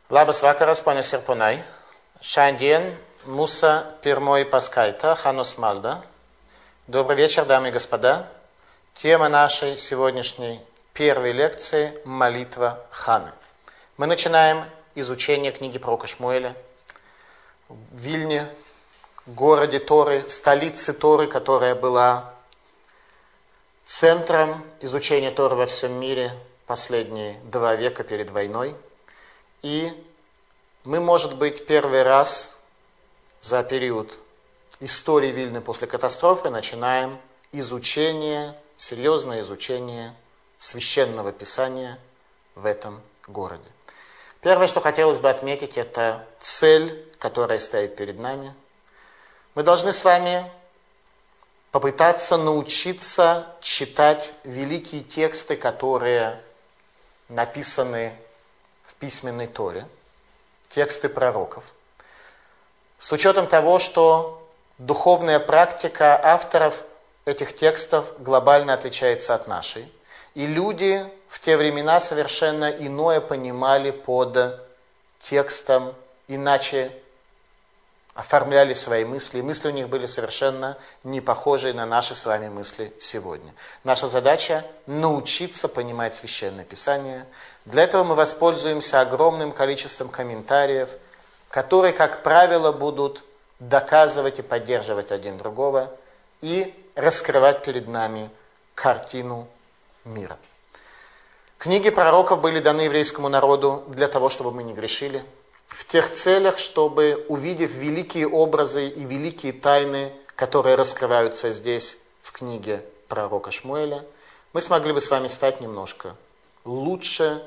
Labas vakaras, ponios ir ponai. Šiandien mūsų pirmoji paskaita, Ханус Мальда. Добрый вечер, дамы и господа. Тема нашей сегодняшней первой лекции – молитва Ханы. Мы начинаем изучение книги пророка Шмуэля в Вильне, городе Торы, столице Торы, которая была центром изучения Торы во всем мире последние 2 века перед войной. И мы, может быть, первый раз за период истории Вильны после катастрофы начинаем изучение, серьезное изучение священного писания в этом городе. Первое, что хотелось бы отметить, это цель, которая стоит перед нами. Мы должны с вами попытаться научиться читать великие тексты, которые написаны в письменной Торе, тексты пророков, с учетом того, что духовная практика авторов этих текстов глобально отличается от нашей. И люди в те времена совершенно иное понимали под текстом, иначе оформляли свои мысли. И мысли у них были совершенно не похожие на наши с вами мысли сегодня. Наша задача – научиться понимать Священное Писание. Для этого мы воспользуемся огромным количеством комментариев, которые, как правило, будут доказывать и поддерживать один другого и раскрывать перед нами картину мира. Книги пророков были даны еврейскому народу для того, чтобы мы не грешили, в тех целях, чтобы, увидев великие образы и великие тайны, которые раскрываются здесь, в книге пророка Шмуэля, мы смогли бы с вами стать немножко лучше,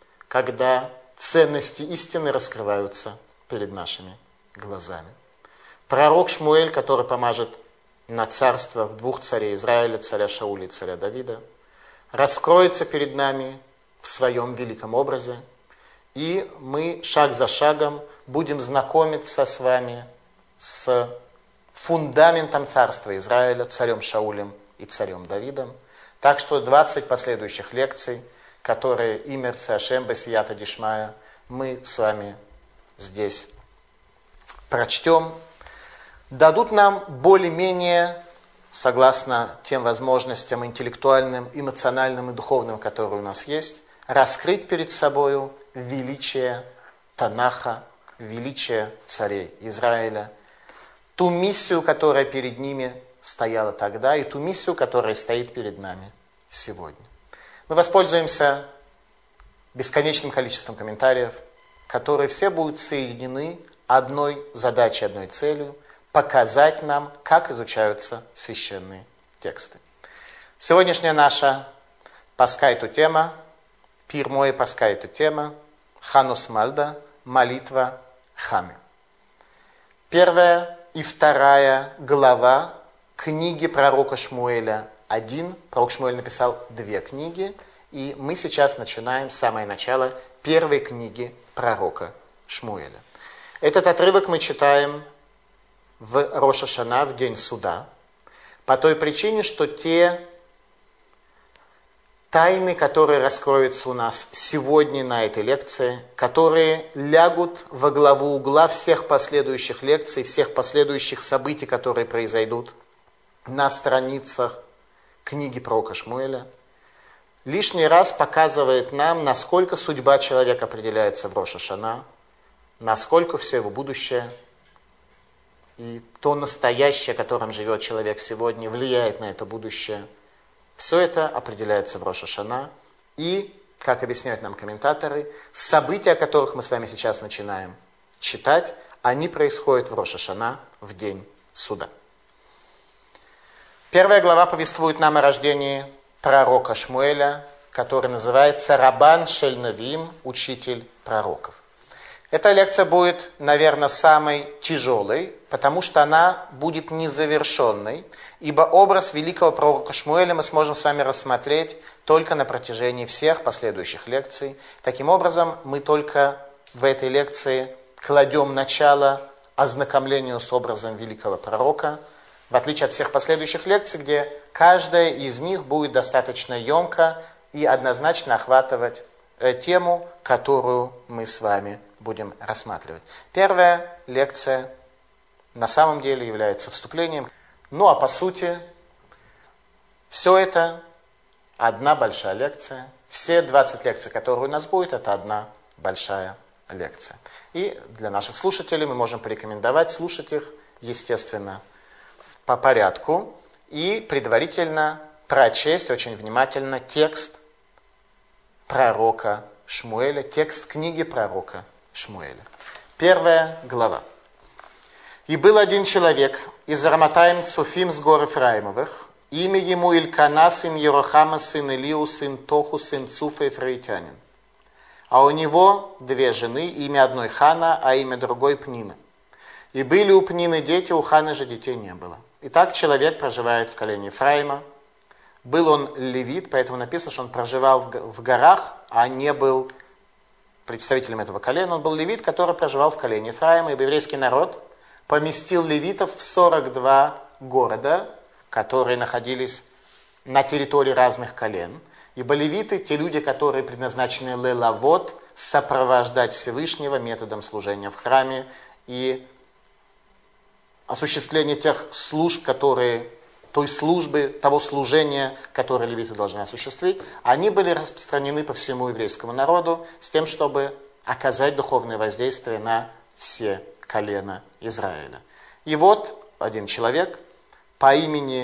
когда ценности истины раскрываются перед нашими глазами. Пророк Шмуэль, который помажет на царство 2 царей Израиля, царя Шауля и царя Давида, раскроется перед нами в своем великом образе, и мы шаг за шагом будем знакомиться с вами с фундаментом царства Израиля, царем Шаулем и царем Давидом. Так что 20 последующих лекций, которые имерцы Ашем Басията Дишмая, мы с вами здесь прочтем, дадут нам более-менее, согласно тем возможностям интеллектуальным, эмоциональным и духовным, которые у нас есть, раскрыть перед собою величие Танаха, величие царей Израиля, ту миссию, которая перед ними стояла тогда, и ту миссию, которая стоит перед нами сегодня. Мы воспользуемся бесконечным количеством комментариев, которые все будут соединены одной задачей, одной целью – показать нам, как изучаются священные тексты. Сегодняшняя наша паскайту тема, первая паскайту тема Ханус Мальда, молитва Ханы. 1 и 2 глава книги пророка Шмуэля 1. Пророк Шмуэль написал 2 книги, и мы сейчас начинаем с самого начала первой книги пророка Шмуэля. Этот отрывок мы читаем в Рош ха-Шана, в день суда, по той причине, что те тайны, которые раскроются у нас сегодня на этой лекции, которые лягут во главу угла всех последующих лекций, всех последующих событий, которые произойдут на страницах книги пророка Шмуэля, лишний раз показывает нам, насколько судьба человека определяется в Рош ха-Шана, насколько все его будущее и то настоящее, которым живет человек сегодня, влияет на это будущее. Все это определяется в Рош ха-Шана. И, как объясняют нам комментаторы, события, о которых мы с вами сейчас начинаем читать, они происходят в Рош ха-Шана, в день суда. 1 глава повествует нам о рождении пророка Шмуэля, который называется Рабан шель Навиим, учитель пророков. Эта лекция будет, наверное, самой тяжелой, потому что она будет незавершенной, ибо образ великого пророка Шмуэля мы сможем с вами рассмотреть только на протяжении всех последующих лекций. Таким образом, мы только в этой лекции кладем начало ознакомлению с образом великого пророка, в отличие от всех последующих лекций, где каждая из них будет достаточно емко и однозначно охватывать тему, которую мы с вами будем рассматривать. Первая лекция на самом деле является вступлением. Ну а по сути, все это одна большая лекция. Все 20 лекций, которые у нас будет, это одна большая лекция. И для наших слушателей мы можем порекомендовать слушать их, естественно, по порядку и предварительно прочесть очень внимательно текст пророка Шмуэля, текст книги пророка Шмуэля. 1 глава. «И был один человек из Раматаим Цуфим с гор Ефраимовых, имя ему Илькана, сын Ерохама, сын Илиу, сын Тоху, сын Цуфа, ефраитянин. А у него 2 жены, имя одной Хана, а имя другой Пнина. И были у Пнины дети, у Ханы же детей не было. Итак, человек проживает в колене Ефраима. Был он левит, поэтому написано, что он проживал в горах, а не был представителем этого колена. Он был левит, который проживал в колене Ефраима, ибо еврейский народ поместил левитов в 42 города, которые находились на территории разных колен. Ибо левиты, те люди, которые предназначены лелавот, сопровождать Всевышнего методом служения в храме и осуществление тех служб, той службы, того служения, которое левиты должны осуществить, они были распространены по всему еврейскому народу с тем, чтобы оказать духовное воздействие на все колена Израиля. И вот один человек по имени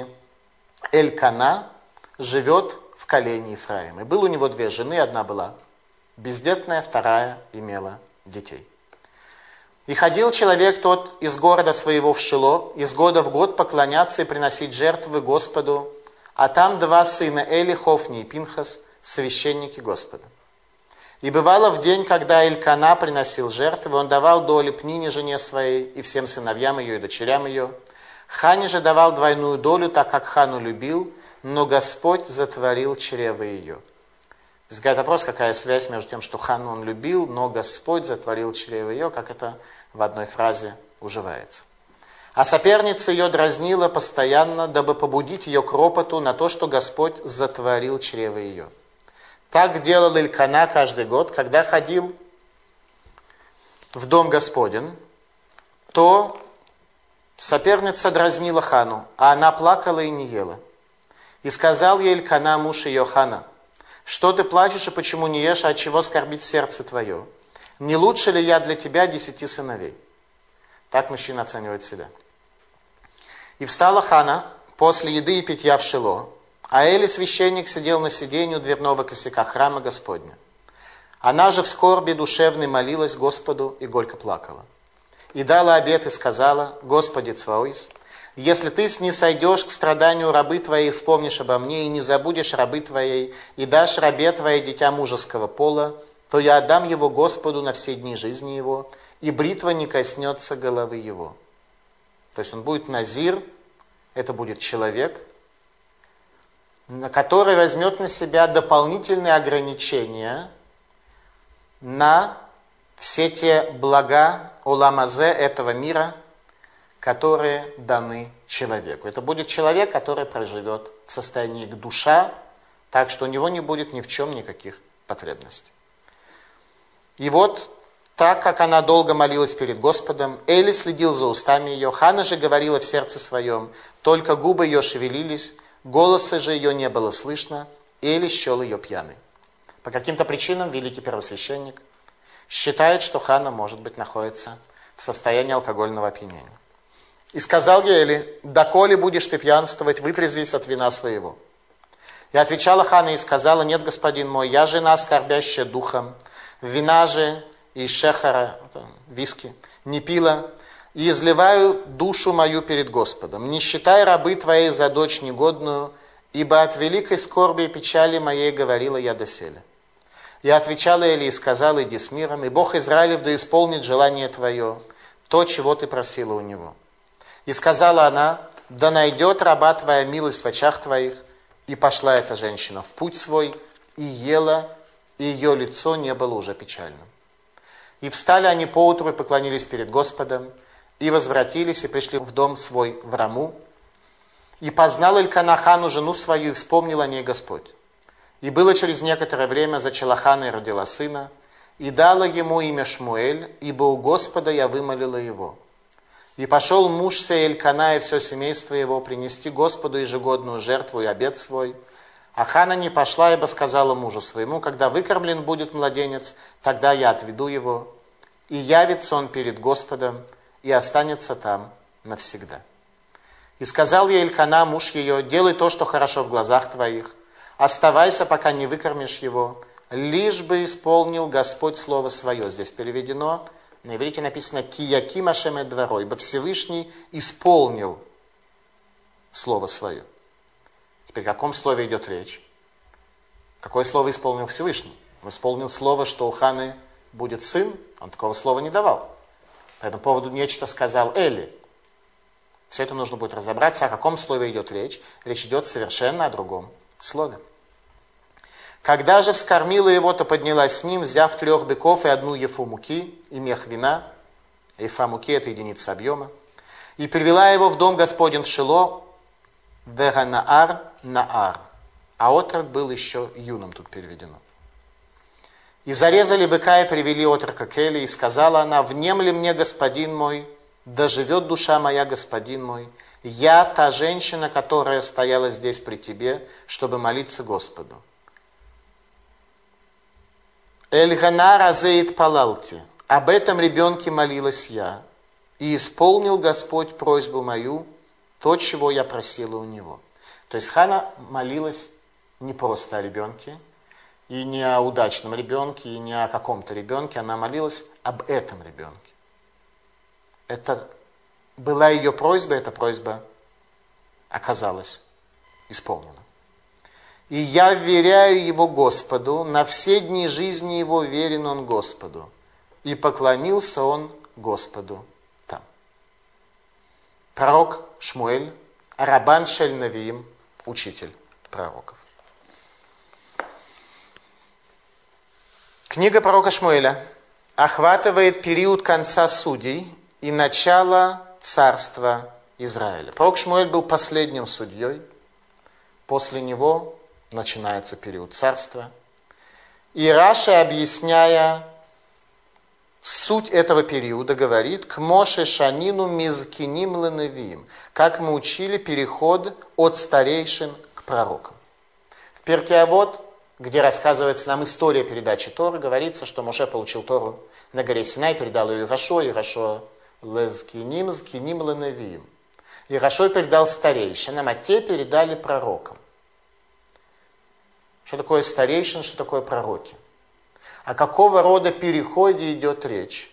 Элькана живет в колене Ефраима. И было у него 2 жены, одна была бездетная, вторая имела детей. И ходил человек тот из города своего в Шило, из года в год поклоняться и приносить жертвы Господу, а там 2 сына Эли, Хофни и Пинхас, священники Господа. И бывало в день, когда Элькана приносил жертвы, он давал доли Пнине, жене своей, и всем сыновьям ее и дочерям ее. Хане же давал 2 долю, так как Хану любил, но Господь затворил чрево ее. Возникает вопрос, какая связь между тем, что Хану он любил, но Господь затворил чрево ее, как это в одной фразе уживается. А соперница ее дразнила постоянно, дабы побудить ее к ропоту на то, что Господь затворил чрево ее. Так делал Элькана каждый год, когда ходил в дом Господень, то соперница дразнила Хану, а она плакала и не ела. И сказал ей Элькана, муж ее, Хана: что ты плачешь и почему не ешь, а от чего скорбит сердце твое? Не лучше ли я для тебя 10 сыновей? Так мужчина оценивает себя. И встала Хана после еды и питья в Шило, а Эли, священник, сидел на сиденье у дверного косяка храма Господня. Она же в скорби душевной молилась Господу и горько плакала. И дала обет и сказала: Господи Цваоис, если ты снисойдешь к страданию рабы твоей, вспомнишь обо мне и не забудешь рабы твоей, и дашь рабе твоей дитя мужеского пола, то я отдам его Господу на все дни жизни его, и бритва не коснется головы его. То есть он будет назир, это будет человек, который возьмет на себя дополнительные ограничения на все те блага оламазе этого мира, которые даны человеку. Это будет человек, который проживет в состоянии душа, так что у него не будет ни в чем никаких потребностей. И вот, так как она долго молилась перед Господом, Эли следил за устами ее, Хана же говорила в сердце своем, только губы ее шевелились, голоса же ее не было слышно, Эли счел ее пьяной. По каким-то причинам великий первосвященник считает, что Хана, может быть, находится в состоянии алкогольного опьянения. И сказал ей Эли: доколе будешь ты пьянствовать, вытрезвись от вина своего. И отвечала Хана и сказала: нет, господин мой, я жена, скорбящая духом, вина же и шехара, виски, не пила, и изливаю душу мою перед Господом. Не считай рабы твоей за дочь негодную, ибо от великой скорби и печали моей говорила я доселе. И отвечала Эли и сказала: иди с миром, и Бог Израилев да исполнит желание твое, то, чего ты просила у него. И сказала она: да найдет раба твоя милость в очах твоих. И пошла эта женщина в путь свой, и ела, и ее лицо не было уже печальным. И встали они поутру и поклонились перед Господом, и возвратились, и пришли в дом свой в Раму. И познал Элькана Хану, жену свою, и вспомнил о ней Господь. И было через некоторое время, зачала Ханна и родила сына, и дала ему имя Шмуэль, ибо у Господа я вымолила его. И пошел муж сей Элькана и все семейство его принести Господу ежегодную жертву и обет свой. А Ханна не пошла, ибо сказала мужу своему: когда выкормлен будет младенец, тогда я отведу его, и явится он перед Господом, и останется там навсегда. И сказал ей Элькана, муж ее: делай то, что хорошо в глазах твоих, оставайся, пока не выкормишь его, лишь бы исполнил Господь слово свое. Здесь переведено, на иврите написано «Кияким Ашем эт дворо», ибо Всевышний исполнил слово свое. Теперь о каком слове идет речь? Какое слово исполнил Всевышний? Он исполнил слово, что у Ханы будет сын, он такого слова не давал. По этому поводу нечто сказал Эли. Все это нужно будет разобраться, о каком слове идет речь. Речь идет совершенно о другом слове. Когда же вскормила его, то поднялась с ним, взяв 3 быков и 1 ефу муки, и мех вина. Ефа муки – это единица объема. И привела его в дом Господень в Шило, Веранаар Наар. А отрок был еще юным, тут переведено. И зарезали быка и привели отрока к Эли, и сказала она: внемли мне, господин мой, да живет душа моя, господин мой, я та женщина, которая стояла здесь при тебе, чтобы молиться Господу. Эльгана разеет палалти, об этом ребенке молилась я, и исполнил Господь просьбу мою, то, чего я просила у него. То есть Ханна молилась не просто о ребенке, и не о удачном ребенке, и не о каком-то ребенке, она молилась об этом ребенке. Это была ее просьба, эта просьба оказалась исполнена. И я вверяю его Господу, на все дни жизни его верен он Господу. И поклонился он Господу там. Пророк Шмуэль, Рабан шель Навиим, учитель пророков. Книга пророка Шмуэля охватывает период конца судей и начало царства Израиля. Пророк Шмуэль был последним судьей. После него начинается период царства. И Раши, объясняя суть этого периода, говорит: «К Моше Шанину мизкиним ленавиим», как мы учили переход от старейшин к пророкам. В Перкей Авот, где рассказывается нам история передачи Торы, говорится, что Моше получил Тору на горе Синай, передал ее Ирашо, Ирашо лезкиним, зкиним ленавиим. Ирашо передал старейшинам, а те передали пророкам. Что такое старейшин, что такое пророки? О какого рода переходе идет речь?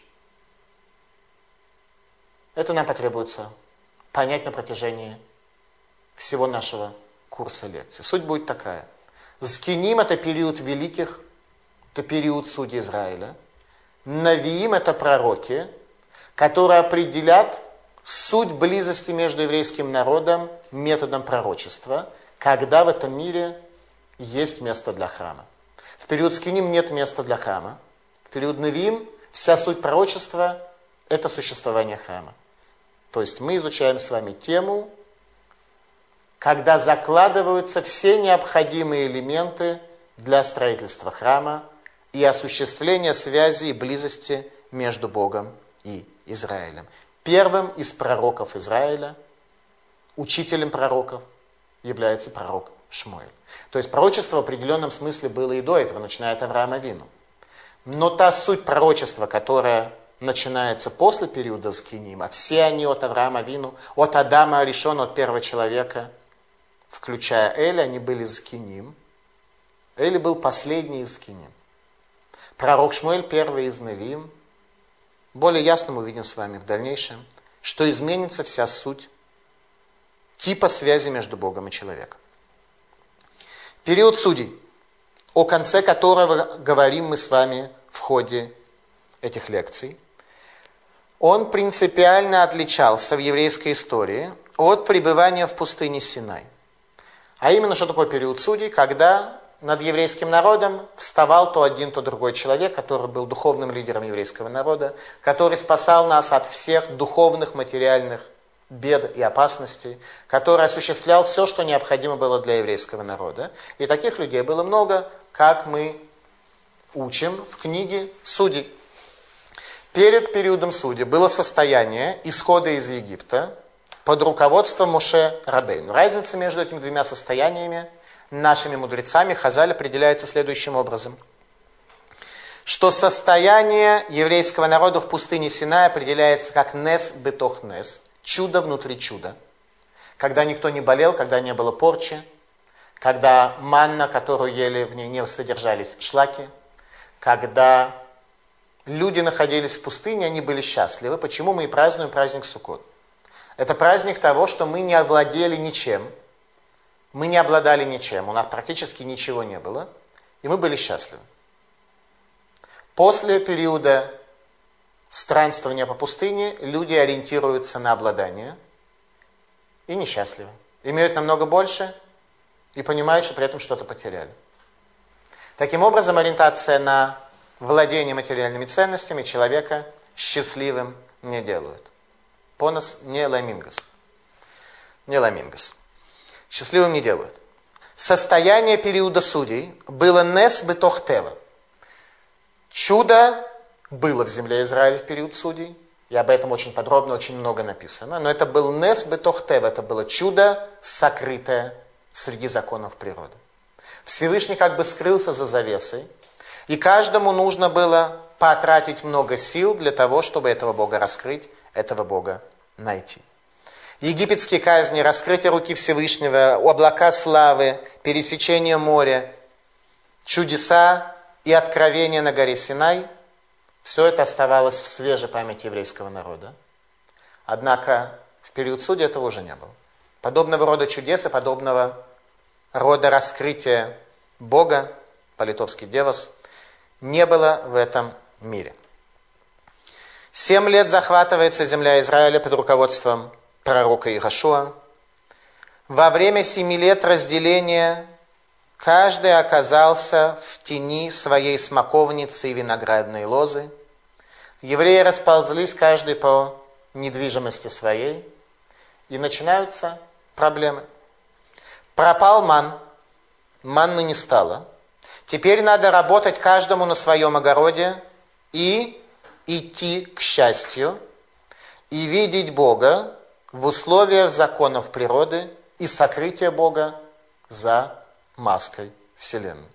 Это нам потребуется понять на протяжении всего нашего курса лекций. Суть будет такая. Зкиним – это период великих, это период судей Израиля. Навиим – это пророки, которые определят суть близости между еврейским народом методом пророчества, когда в этом мире есть место для храма. В период Скиним нет места для храма. В период Навиим вся суть пророчества – это существование храма. То есть мы изучаем с вами тему, когда закладываются все необходимые элементы для строительства храма и осуществления связи и близости между Богом и Израилем. Первым из пророков Израиля, учителем пророков, является пророк Шмуэль. То есть пророчество в определенном смысле было и до этого, начиная от Авраама Авину. Но та суть пророчества, которая начинается после периода Скинима, все они от Авраама Авину, от Адама Аришона, от первого человека, включая Эли, они были Скиним. Эли был последний из Скиним. Пророк Шмуэль первый из Навиим. Более ясно мы увидим с вами в дальнейшем, что изменится вся суть типа связи между Богом и человеком. Период судей, о конце которого говорим мы с вами в ходе этих лекций, он принципиально отличался в еврейской истории от пребывания в пустыне Синай. А именно, что такое период судей, когда над еврейским народом вставал то один, то другой человек, который был духовным лидером еврейского народа, который спасал нас от всех духовных, материальных бед и опасностей, который осуществлял все, что необходимо было для еврейского народа. И таких людей было много, как мы учим в книге Судей. Перед периодом Судей было состояние исхода из Египта под руководством Моше Рабейну. Разница между этими двумя состояниями нашими мудрецами Хазаль определяется следующим образом. Что состояние еврейского народа в пустыне Синай определяется как нес бетох нес, чудо внутри чуда. Когда никто не болел, когда не было порчи, когда манна, которую ели, в ней не содержались шлаки, когда люди находились в пустыне, они были счастливы. Почему мы и празднуем праздник Суккот? Это праздник того, что мы не овладели ничем, мы не обладали ничем, у нас практически ничего не было, и мы были счастливы. После периода странствования по пустыне люди ориентируются на обладание и несчастливы. Имеют намного больше и понимают, что при этом что-то потеряли. Таким образом, ориентация на владение материальными ценностями человека счастливым не делают. Понос не ламингас. Не ламингас. Счастливым не делают. Состояние периода судей было нес бетох тева. Чудо было в земле Израиля в период судей. И об этом очень подробно, очень много написано. Но это был нес бетох тева. Это было чудо, сокрытое среди законов природы. Всевышний как бы скрылся за завесой. И каждому нужно было потратить много сил для того, чтобы этого Бога раскрыть, этого Бога найти. Египетские казни, раскрытие руки Всевышнего, облака славы, пересечение моря, чудеса и откровения на горе Синай, все это оставалось в свежей памяти еврейского народа. Однако в период судей этого уже не было. Подобного рода чудес и подобного рода раскрытия Бога, по-литовски девос, не было в этом мире. 7 лет захватывается земля Израиля под руководством пророка Иешуа. Во время 7 лет разделения каждый оказался в тени своей смоковницы и виноградной лозы. Евреи расползлись каждый по недвижимости своей, и начинаются проблемы. Пропал ман, манны не стало. Теперь надо работать каждому на своем огороде и идти к счастью, и видеть Бога в условиях законов природы и сокрытия Бога за маской Вселенной.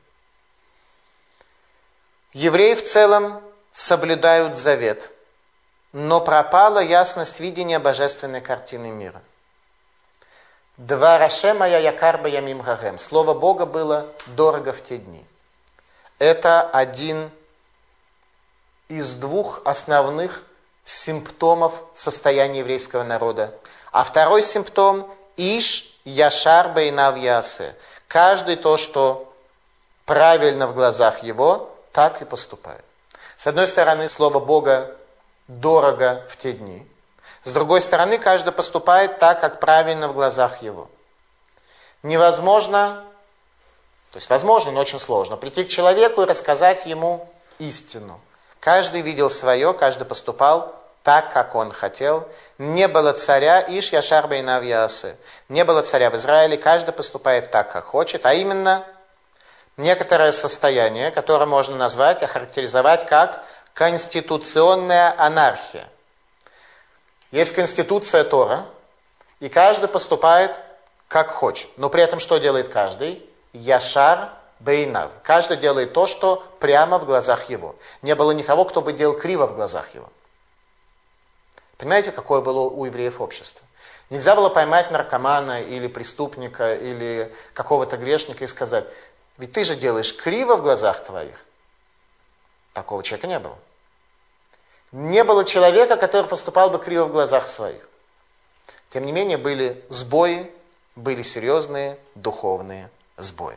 Евреи в целом соблюдают завет, но пропала ясность видения божественной картины мира. Двараше моя якар баямим гагем. Слово Бога было дорого в те дни. Это один из 2 основных симптомов состояния еврейского народа. А второй симптом – иш яшар бейнав ясе. Каждый то, что правильно в глазах его, так и поступает. С одной стороны, слово Бога дорого в те дни. С другой стороны, каждый поступает так, как правильно в глазах его. Невозможно, то есть возможно, но очень сложно, прийти к человеку и рассказать ему истину. Каждый видел свое, каждый поступал так, как он хотел. Не было царя, иш яшар бейнав ясе. Не было царя в Израиле, каждый поступает так, как хочет, а именно некоторое состояние, которое можно назвать, охарактеризовать как конституционная анархия. Есть конституция Тора, и каждый поступает как хочет. Но при этом что делает каждый? Яшар бейнав. Каждый делает то, что прямо в глазах его. Не было никого, кто бы делал криво в глазах его. Понимаете, какое было у евреев общество? Нельзя было поймать наркомана или преступника, или какого-то грешника и сказать: ведь ты же делаешь криво в глазах твоих. Такого человека не было. Не было человека, который поступал бы криво в глазах своих. Тем не менее, были сбои, были серьезные духовные сбои.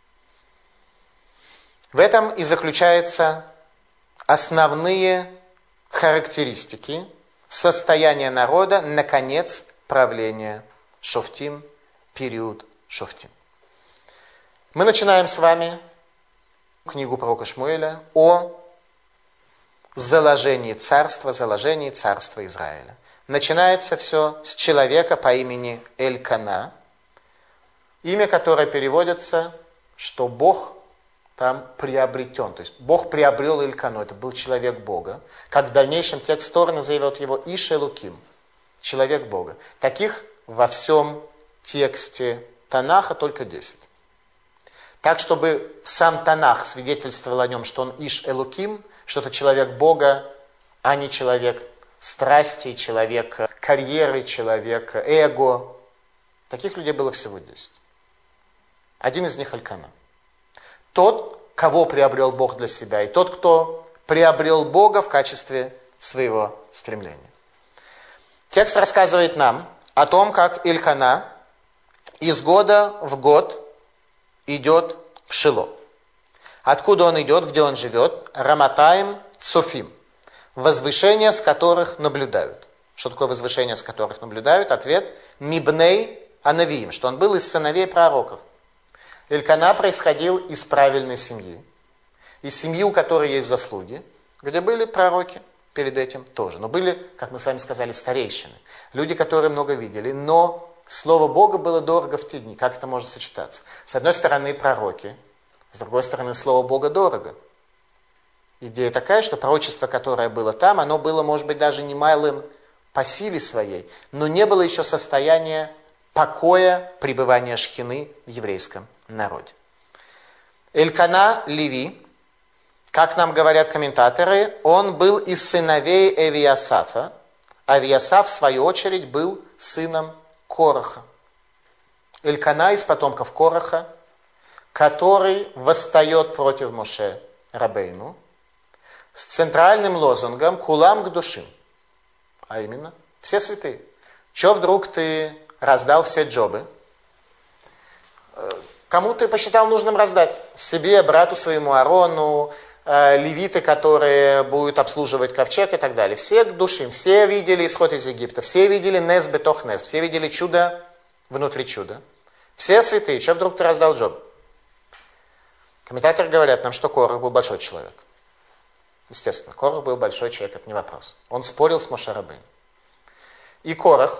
В этом и заключаются основные характеристики состояния народа на конец правления Шофтим, период Шофтим. Мы начинаем с вами книгу пророка Шмуэля о заложении царства Израиля. Начинается все с человека по имени Элькана, имя которое переводится, что Бог там приобретен. То есть Бог приобрел Элькану, это был человек Бога. Как в дальнейшем текст Торы назовет его Иш Элуким, человек Бога. Таких во всем тексте Танаха только 10. Так, чтобы сам Танах свидетельствовал о нем, что он Иш Элуким, что это человек Бога, а не человек страсти, человек карьеры, человек эго. Таких людей было всего 10. Один из них Элькана. Тот, кого приобрел Бог для себя, и тот, кто приобрел Бога в качестве своего стремления. Текст рассказывает нам о том, как Элькана из года в год идет в Шило. Откуда он идет, где он живет? Раматаим Цофим. Возвышения, с которых наблюдают. Что такое возвышение, с которых наблюдают? Ответ – Мибней Анавиим, что он был из сыновей пророков. Элькана происходил из правильной семьи. Из семьи, у которой есть заслуги, где были пророки перед этим тоже. Но были, как мы с вами сказали, старейшины. Люди, которые много видели. Но Слово Бога было дорого в те дни. Как это может сочетаться? С одной стороны, пророки. С другой стороны, Слово Бога дорого. Идея такая, что пророчество, которое было там, оно было, может быть, даже немалым по силе своей, но не было еще состояния покоя, пребывания шхины в еврейском народе. Элькана Леви, как нам говорят комментаторы, он был из сыновей Эвиасафа. Авиасаф, в свою очередь, был сыном Кораха. Элькана из потомков Кораха, который восстает против Моше Рабейну с центральным лозунгом «Кулам к душим», а именно «Все святые». Че вдруг ты раздал все джобы? Кому ты посчитал нужным раздать? Себе, брату своему Аарону, левиты, которые будут обслуживать ковчег и так далее. Все к душим, все видели исход из Египта, все видели нес бетох нес, все видели чудо внутри чуда. Все святые, че вдруг ты раздал джоб? Комментаторы говорят нам, что Корах был большой человек. Естественно, Корах был большой человек, это не вопрос. Он спорил с Моше Рабейну. И Корах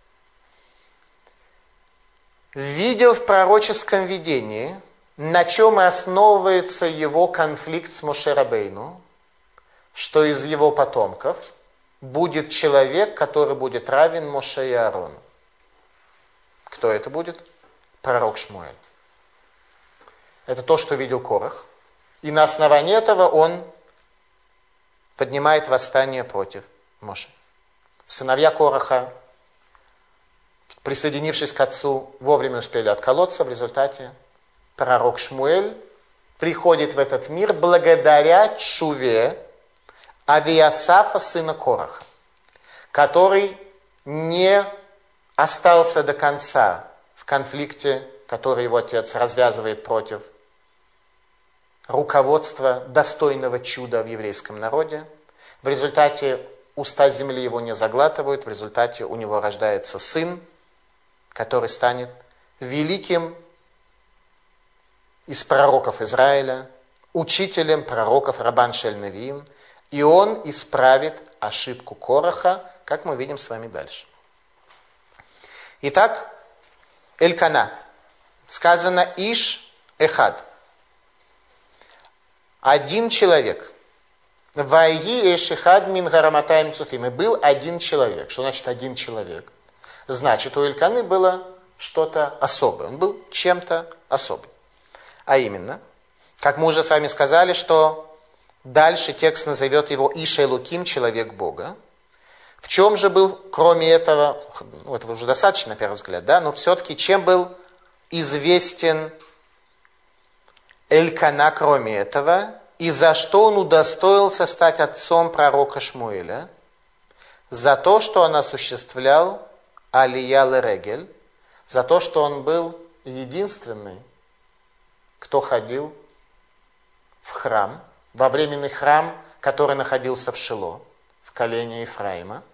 видел в пророческом видении, на чем и основывается его конфликт с Моше Рабейну, что из его потомков будет человек, который будет равен Моше и Аарону. Кто это будет? Пророк Шмуэль. Это то, что видел Корах. И на основании этого он поднимает восстание против Моше. Сыновья Кораха, присоединившись к отцу, вовремя успели отколоться. В результате пророк Шмуэль приходит в этот мир благодаря чуве Авиасафа, сына Кораха, который не остался до конца в конфликте, который его отец развязывает против руководства достойного чуда в еврейском народе. В результате уста земли его не заглатывают, в результате у него рождается сын, который станет великим из пророков Израиля, учителем пророков Рабан Шель Невиим, и он исправит ошибку Кораха, как мы видим с вами дальше. Итак, Элькана. Сказано Иш Эхад. Один человек. Вайи Эшихад мин гараматаим цуфим. И был один человек. Что значит один человек? Значит, у Эльканы было что-то особое. Он был чем-то особым. А именно, как мы уже с вами сказали, что дальше текст назовет его Иш Элуким, человек Бога. В чем же был, кроме этого, этого уже достаточно, на первый взгляд, да, но все-таки чем был известен Элькана, кроме этого, и за что он удостоился стать отцом пророка Шмуэля? За то, что он осуществлял Алия ле-регель, за то, что он был единственный, кто ходил в храм, во временный храм, который находился в Шило, в колене Ефраима,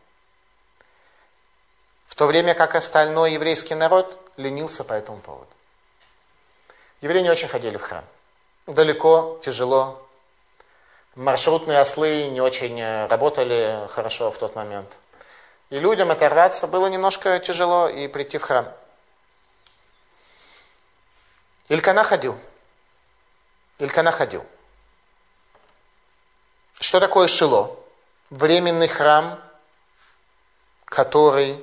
в то время как остальной еврейский народ ленился по этому поводу. Евреи не очень ходили в храм. Далеко, тяжело. Маршрутные ослы не очень работали хорошо в тот момент. И людям оторваться было немножко тяжело и прийти в храм. Илькана ходил. Что такое Шило? Временный храм, который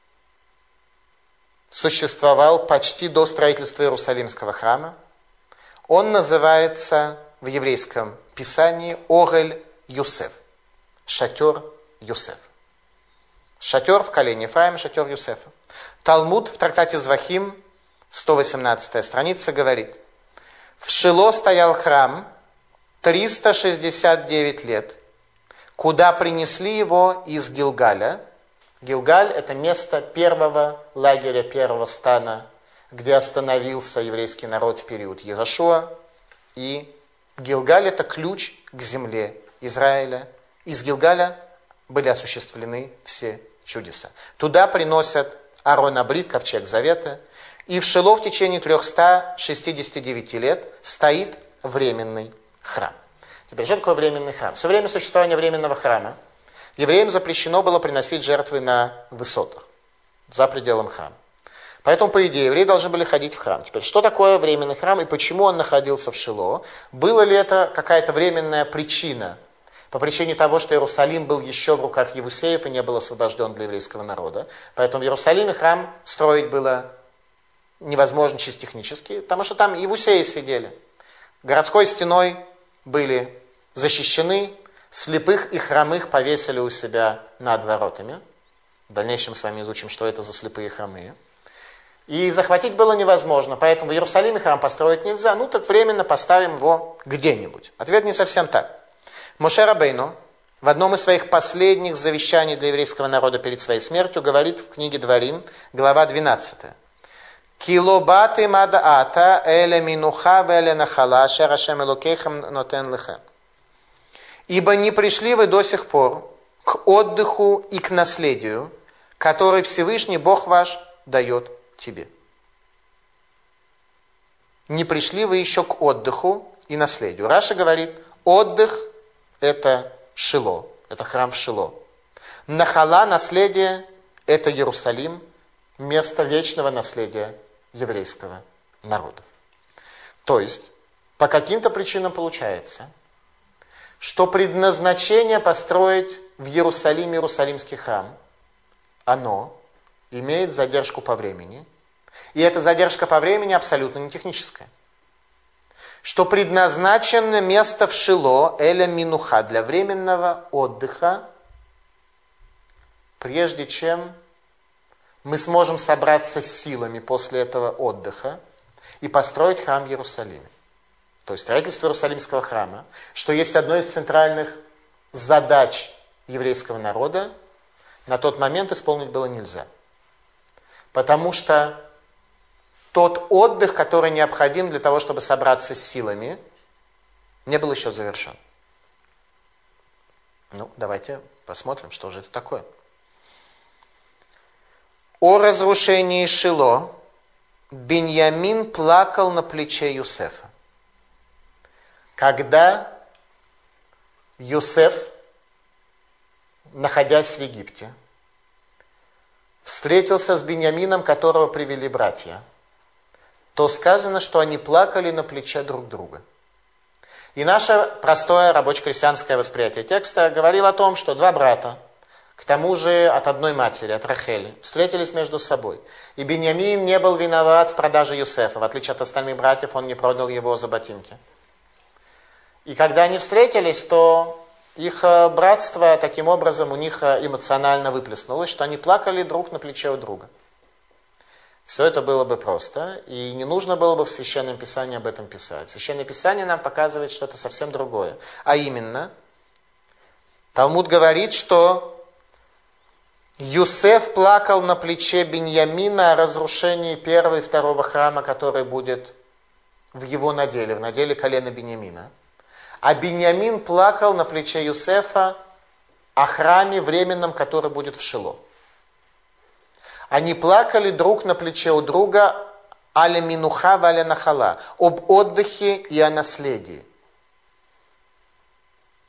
существовал почти до строительства Иерусалимского храма. Он называется в еврейском писании Огель Юсеф. Шатер Юсеф. Шатер в колене Ефраима, шатер Юсефа. Талмуд в трактате Звахим, 118 страница, говорит: в Шило стоял храм 369 лет, куда принесли его из Гилгаля. Гилгаль – это место первого лагеря, первого стана, где остановился еврейский народ в период Йеошуа. И Гилгаль – это ключ к земле Израиля. Из Гилгаля были осуществлены все чудеса. Туда приносят Аарон Абрит, ковчег завета. И в Шило в течение 369 лет стоит временный храм. Теперь, что такое временный храм? Все время существования временного храма евреям запрещено было приносить жертвы на высотах, за пределом храма. Поэтому, по идее, евреи должны были ходить в храм. Теперь, что такое временный храм и почему он находился в Шило? Было ли это какая-то временная причина? По причине того, что Иерусалим был еще в руках Евусеев и не был освобожден для еврейского народа. Поэтому в Иерусалиме храм строить было невозможно чисто технически, потому что там Евусеи сидели. Городской стеной были защищены, слепых и хромых повесили у себя над воротами. В дальнейшем с вами изучим, что это за слепые и хромые. И захватить было невозможно, поэтому в Иерусалиме храм построить нельзя. Ну так временно поставим его где-нибудь. Ответ не совсем так. Моше Рабейну в одном из своих последних завещаний для еврейского народа перед своей смертью говорит в книге Дворим, глава 12. «Килобаты мадаата эле минуха веле нахала шер Ашем элокейхам нотен лехем». «Ибо не пришли вы до сих пор к отдыху и к наследию, который Всевышний Бог ваш дает тебе». Не пришли вы еще к отдыху и наследию. Раша говорит, отдых – это Шило, это храм в Шило. Нахала, наследие – это Иерусалим, место вечного наследия еврейского народа. То есть, по каким-то причинам получается, что предназначение построить в Иерусалиме Иерусалимский храм, оно имеет задержку по времени, и эта задержка по времени абсолютно не техническая. Что предназначено место в Шило, эля минуха, для временного отдыха, прежде чем мы сможем собраться с силами после этого отдыха и построить храм в Иерусалиме. То есть строительство Иерусалимского храма, что есть одной из центральных задач еврейского народа, на тот момент исполнить было нельзя. Потому что тот отдых, который необходим для того, чтобы собраться с силами, не был еще завершен. Ну, давайте посмотрим, что же это такое. О разрушении Шило Биньямин плакал на плече Юсефа. Когда Юсеф, находясь в Египте, встретился с Биньямином, которого привели братья, то сказано, что они плакали на плече друг друга. И наше простое рабоче-крестьянское восприятие текста говорило о том, что два брата, к тому же от одной матери, от Рахели, встретились между собой. И Биньямин не был виноват в продаже Юсефа. В отличие от остальных братьев, он не продал его за ботинки. И когда они встретились, то их братство таким образом у них эмоционально выплеснулось, что они плакали друг на плече у друга. Все это было бы просто, и не нужно было бы в Священном Писании об этом писать. Священное Писание нам показывает что-то совсем другое. А именно, Талмуд говорит, что Юсеф плакал на плече Биньямина о разрушении первого и второго храма, который будет в его наделе, в наделе колена Биньямина. А Биньямин плакал на плече Юсефа о храме временном, который будет в Шило. Они плакали друг на плече у друга аля минуха валя нахала, об отдыхе и о наследии.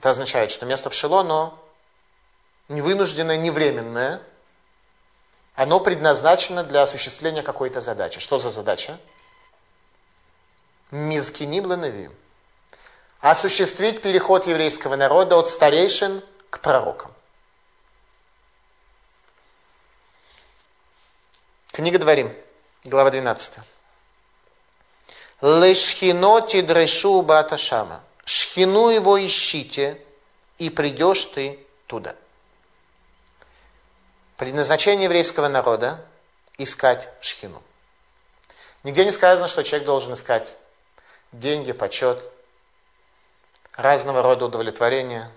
Это означает, что место в Шило, оно не вынужденное, не временное. Оно предназначено для осуществления какой-то задачи. Что за задача? Мизкиним ланавиим. Осуществить переход еврейского народа от старейшин к пророкам. Книга Дворим, глава 12. Лешхиноти дрешу бата шама. Шхину его ищите, и придешь ты туда. Предназначение еврейского народа – искать шхину. Нигде не сказано, что человек должен искать деньги, почет, разного рода удовлетворения.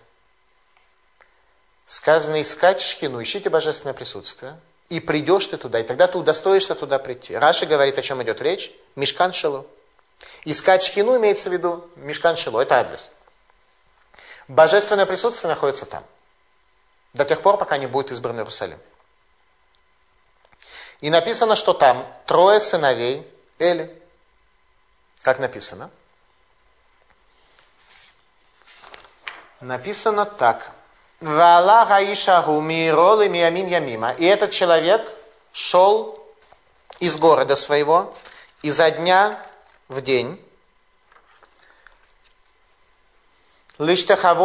Сказано искать шхину, ищите божественное присутствие, и придешь ты туда, и тогда ты удостоишься туда прийти. Раши говорит, о чем идет речь. Мишкан Шило. Искать шхину имеется в виду Мишкан Шило, это адрес. Божественное присутствие находится там. До тех пор, пока не будет избран Иерусалим. И написано, что там 3 сыновей Эли. Как написано? Написано так. И этот человек шел из города своего изо дня в день. Для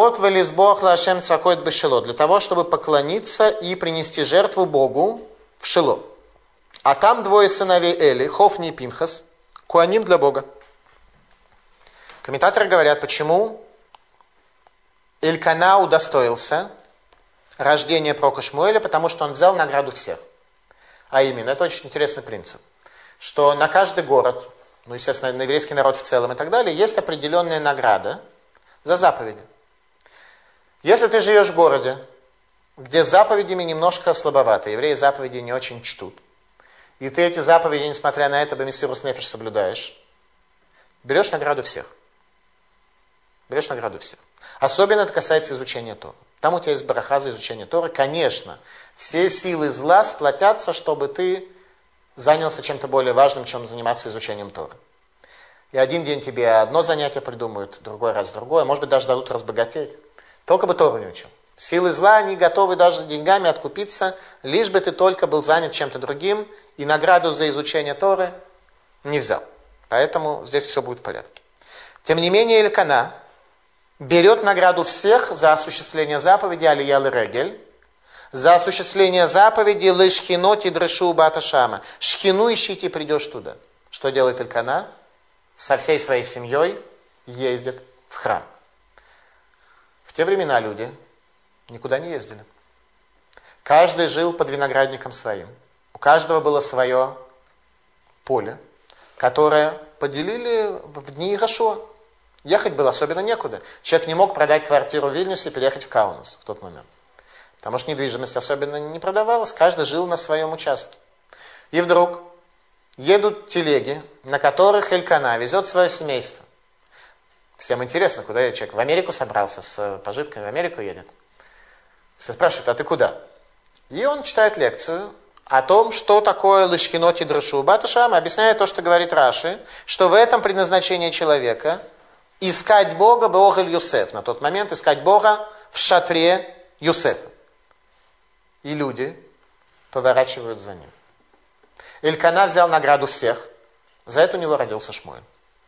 того, чтобы поклониться и принести жертву Богу в Шило. А там 2 сыновей Эли, Хофни и Пинхас, куаним для Бога. Комментаторы говорят, почему Элькана удостоился рождения пророка Шмуэля, потому что он взял награду всех. А именно, это очень интересный принцип, что на каждый город, ну, естественно, на еврейский народ в целом и так далее, есть определенная награда за заповеди. Если ты живешь в городе, где с заповедями немножко слабовато, евреи заповеди не очень чтут, и ты эти заповеди, несмотря на это, бемисирус нефиш соблюдаешь, берешь награду всех. Берешь награду всех. Особенно это касается изучения Торы. Там у тебя есть браха за изучение Торы. Конечно, все силы зла сплотятся, чтобы ты занялся чем-то более важным, чем заниматься изучением Торы. И один день тебе одно занятие придумают, другой раз другое. Может быть, даже дадут разбогатеть. Только бы Тору не учил. Силы зла, они готовы даже деньгами откупиться, лишь бы ты только был занят чем-то другим, и награду за изучение Торы не взял. Поэтому здесь все будет в порядке. Тем не менее, Элькана берет награду всех за осуществление заповеди Алия Лерегель, за осуществление заповеди Лешхиноти дрешу бата шама. Шхину ищите, и придешь туда. Что делает Элькана? Со всей своей семьей ездит в храм. В те времена люди никуда не ездили. Каждый жил под виноградником своим. У каждого было свое поле, которое поделили в дни Ирашуа. Ехать было особенно некуда. Человек не мог продать квартиру в Вильнюсе и переехать в Каунас в тот момент. Потому что недвижимость особенно не продавалась. Каждый жил на своем участке. И вдруг едут телеги, на которых Элькана везет свое семейство. Всем интересно, куда едет человек. В Америку собрался, с пожитками в Америку едет. Все спрашивают, а ты куда? И он читает лекцию о том, что такое Лешхиноти дрешу бата шама, объясняет то, что говорит Раши, что в этом предназначение человека искать Бога Беохель Юсеф. На тот момент искать Бога в шатре Юсефа. И люди поворачивают за ним. Элькана взял награду всех. За это у него родился Шмуэль.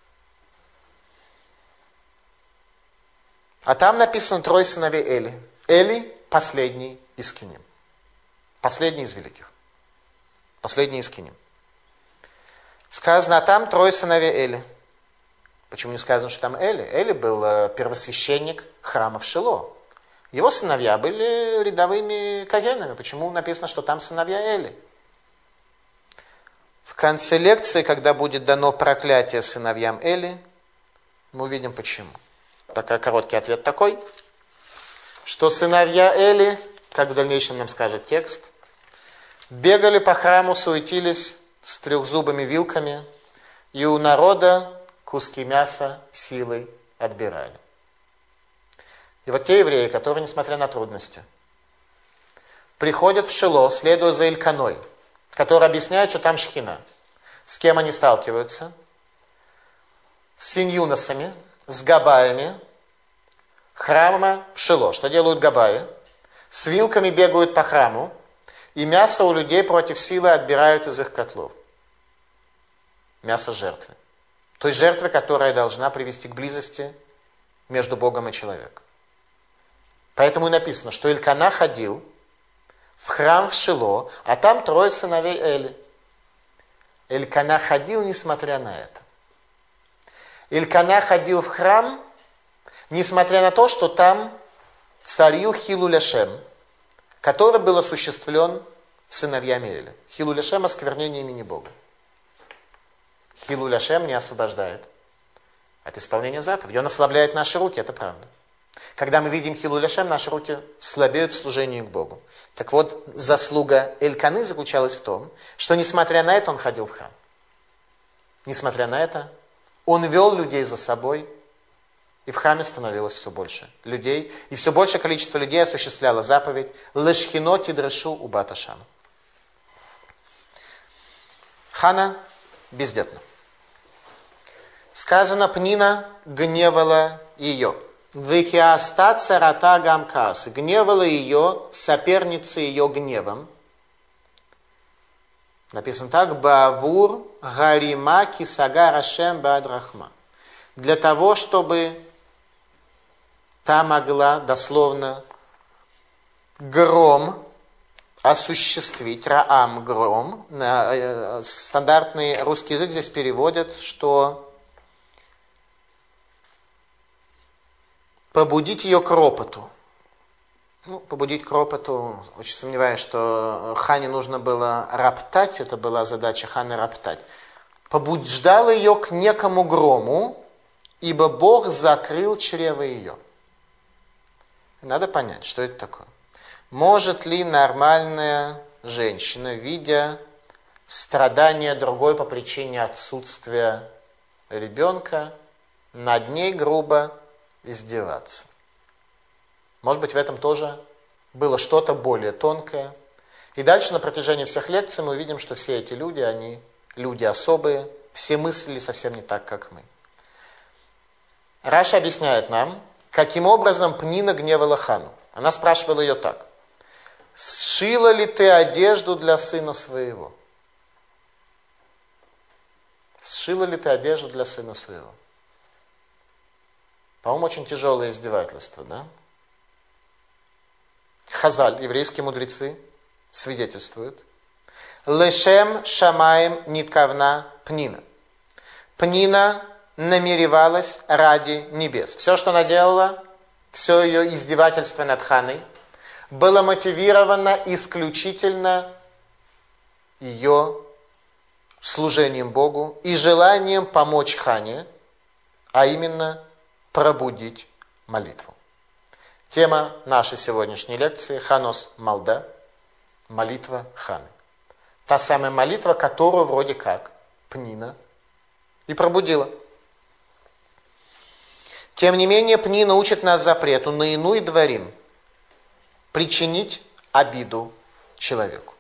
А там написано 3 сыновей Эли. Эли последний из Киним. Последний из великих. Последний из Киним. Сказано, а там 3 сыновей Эли. Почему не сказано, что там Эли? Эли был первосвященник храма в Шило. Его сыновья были рядовыми кагенами. Почему написано, что там сыновья Эли? В конце лекции, когда будет дано проклятие сыновьям Эли, мы увидим почему. Пока короткий ответ такой, что сыновья Эли, как в дальнейшем нам скажет текст, бегали по храму, суетились с трехзубыми вилками, и у народа куски мяса силой отбирали. И вот те евреи, которые, несмотря на трудности, приходят в Шило, следуя за Эльканой, который объясняет, что там шхина. С кем они сталкиваются? С синьюносами, с габаями, храма в Шило. Что делают габаи? С вилками бегают по храму, и мясо у людей против силы отбирают из их котлов. Мясо жертвы. Той жертвы, которая должна привести к близости между Богом и человеком. Поэтому и написано, что Илькана ходил в храм в Шило, а там 3 сыновей Эли. Илькана ходил, несмотря на это. Илькана ходил в храм, несмотря на то, что там царил Хилуль Ашем, который был осуществлен сыновьями Эли. Хилуль Ашем — осквернение имени Бога. Хилуль Ашем не освобождает от исполнения заповедей. Он ослабляет наши руки, это правда. Когда мы видим Хилуль Ашем, наши руки слабеют в служении к Богу. Так вот, заслуга Эльканы заключалась в том, что несмотря на это он ходил в храм. Несмотря на это, он вел людей за собой, и в храме становилось все больше людей, и все большее количество людей осуществляло заповедь «Лешхино тидрешу убат Ашану». Хана бездетна. Сказано, Пнина гневала ее. Вихиаста царата гамкас. Гневала ее, соперница ее гневом. Написано так: Бавур гарима кисага рашем бадрахма. Для того, чтобы та могла дословно гром осуществить, раам гром. Стандартный русский язык здесь переводит, что побудить ее к ропоту. Побудить к ропоту, очень сомневаюсь, что Хане нужно было роптать, это была задача Ханы роптать. Побуждала ее к некому грому, ибо Бог закрыл чрево ее. Надо понять, что это такое. Может ли нормальная женщина, видя страдания другой по причине отсутствия ребенка, над ней грубо издеваться? Может быть, в этом тоже было что-то более тонкое. И дальше на протяжении всех лекций мы увидим, что все эти люди, они люди особые, все мыслили совсем не так, как мы. Раша объясняет нам, каким образом Пнина гневала Хану. Она спрашивала ее так: «Сшила ли ты одежду для сына своего?» Сшила ли ты одежду для сына своего? По-моему, очень тяжелое издевательство, да? Хазаль, еврейские мудрецы, свидетельствуют. Лешем шамаем ниткавна Пнина. Пнина намеревалась ради небес. Все, что она делала, все ее издевательство над Ханой, было мотивировано исключительно ее служением Богу и желанием помочь Хане, а именно пробудить молитву. Тема нашей сегодняшней лекции — Ханос Малда, молитва Ханы. Та самая молитва, которую вроде как Пнина и пробудила. Тем не менее, Пнина учит нас запрету на иную дворим причинить обиду человеку.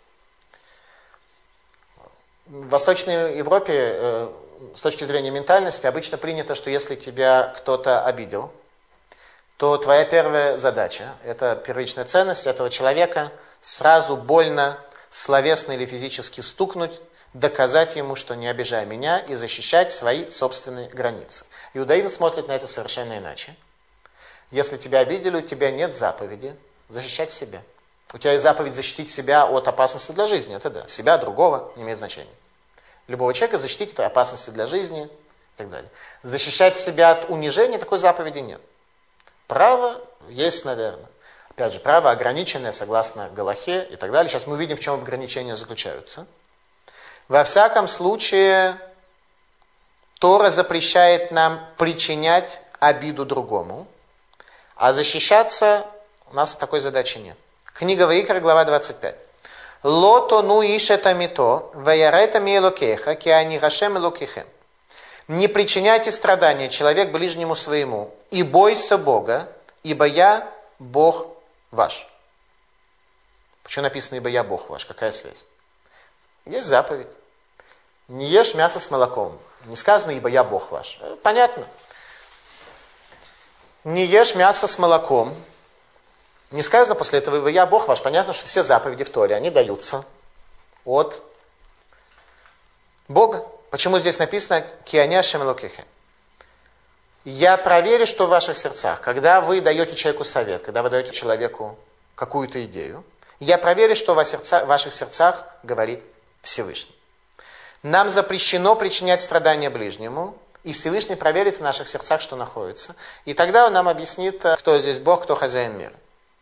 В Восточной Европе, с точки зрения ментальности, обычно принято, что если тебя кто-то обидел, то твоя первая задача, это первичная ценность этого человека, сразу больно, словесно или физически стукнуть, доказать ему, что не обижай меня, и защищать свои собственные границы. Иудаизм смотрит на это совершенно иначе. Если тебя обидели, у тебя нет заповеди защищать себя. У тебя есть заповедь защитить себя от опасности для жизни, это да. Себя, другого, не имеет значения. Любого человека защитить от опасности для жизни и так далее. Защищать себя от унижения, такой заповеди нет. Право есть, наверное. Опять же, право ограниченное согласно Галахе и так далее. Сейчас мы увидим, в чем ограничения заключаются. Во всяком случае, Тора запрещает нам причинять обиду другому, а защищаться у нас такой задачи нет. Книга Ваикра, глава 25. «Лото ну ишета мито, ваярета миелокеха, киани гашем элокехем». «Не причиняйте страдания, человек ближнему своему, и бойся Бога, ибо я Бог ваш». Почему написано «ибо я Бог ваш»? Какая связь? Есть заповедь. Не ешь мясо с молоком. Не сказано «ибо я Бог ваш». Понятно. Не ешь мясо с молоком. Не сказано после этого, я Бог ваш. Понятно, что все заповеди в Торе, они даются от Бога. Почему здесь написано «Кианя Шем Элокехем»? Я проверю, что в ваших сердцах. Когда вы даете человеку совет, когда вы даете человеку какую-то идею, я проверю, что в ваших сердцах говорит Всевышний. Нам запрещено причинять страдания ближнему, и Всевышний проверит в наших сердцах, что находится. И тогда он нам объяснит, кто здесь Бог, кто хозяин мира.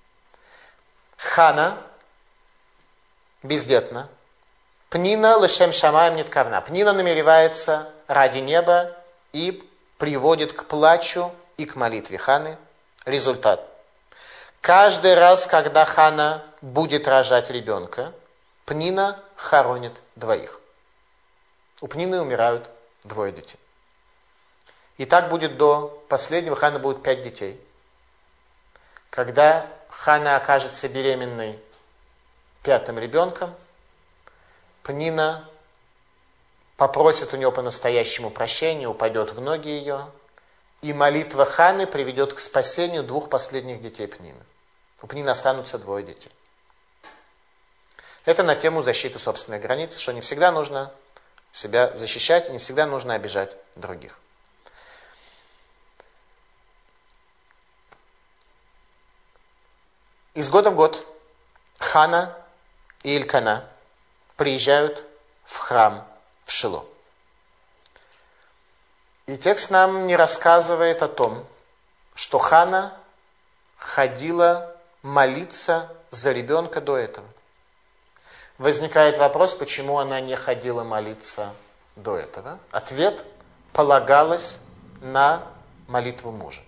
Хана бездетна. Пнина лешем шамаем ниткавна. Пнина намеревается ради неба и приводит к плачу и к молитве Ханы. Результат. Каждый раз, когда Хана будет рожать ребенка, Пнина хоронит двоих. У Пнины умирают 2 детей. И так будет до последнего. Хана будет 5 детей. Когда Хана окажется беременной 5-м ребенком, Пнина попросит у него по-настоящему прощения, упадет в ноги ее, и молитва Ханы приведет к спасению 2 последних детей Пнины. У Пнины останутся 2 детей. Это на тему защиты собственной границы, что не всегда нужно себя защищать, и не всегда нужно обижать других. Из года в год Хана и Элькана приезжают в храм в Шило. И текст нам не рассказывает о том, что Хана ходила молиться за ребенка до этого. Возникает вопрос, почему она не ходила молиться до этого. Ответ: полагалась на молитву мужа.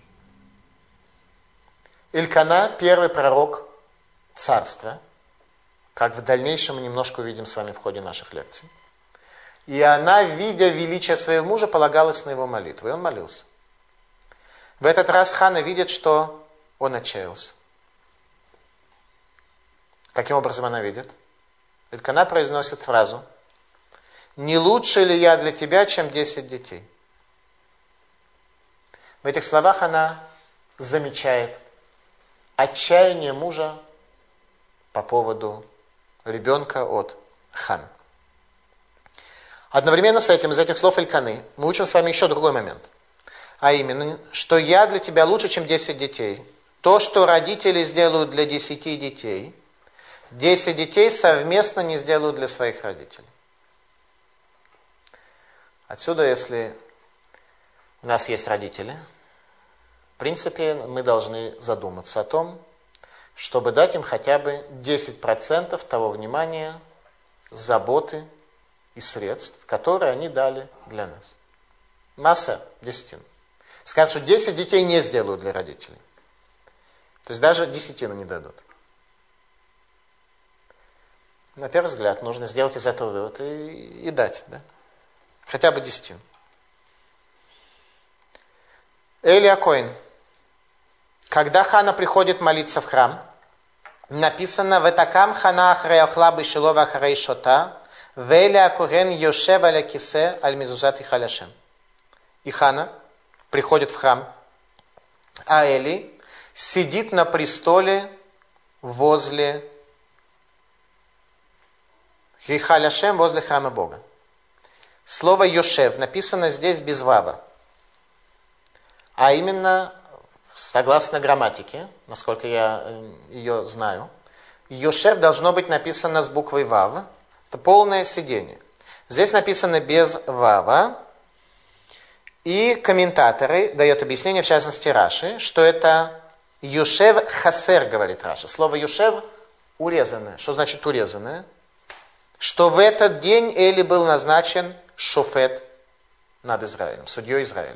Элькана – первый пророк царства, как в дальнейшем мы немножко увидим с вами в ходе наших лекций. И она, видя величие своего мужа, полагалась на его молитву. И он молился. В этот раз Хана видит, что он отчаялся. Каким образом она видит? Элькана произносит фразу: «Не лучше ли я для тебя, чем 10 детей?» В этих словах она замечает отчаяние мужа по поводу ребенка от Ханы. Одновременно с этим, из этих слов Эльканы, мы учим с вами еще другой момент. А именно, что я для тебя лучше, чем 10 детей. То, что родители сделают для 10 детей, 10 детей совместно не сделают для своих родителей. Отсюда, если у нас есть родители, в принципе, мы должны задуматься о том, чтобы дать им хотя бы 10% того внимания, заботы и средств, которые они дали для нас. Масса, десятину. Скажут, что 10 детей не сделают для родителей. То есть даже десятину не дадут. На первый взгляд нужно сделать из этого вывод и дать, да? Хотя бы десятину. Эли а-Коэн. Когда Хана приходит молиться в храм, написано: «Ветакам Хана ахрей охла бешилова ахрей шота, вэли а-Коэн йошев аля кисе аль мизузат и халяшем». И Хана приходит в храм, а Эли сидит на престоле возле Халяшем, возле храма Бога. Слово «йошев» написано здесь без вава. А именно, согласно грамматике, насколько я ее знаю, «йошев» должно быть написано с буквой «вав». Это полное сидение. Здесь написано без «вава». И комментаторы дают объяснение, в частности Раши, что это «йошев хасер», говорит Раши. Слово «йошев» урезанное. Что значит урезанное? Что в этот день Эли был назначен шофет над Израилем, судьей Израиля.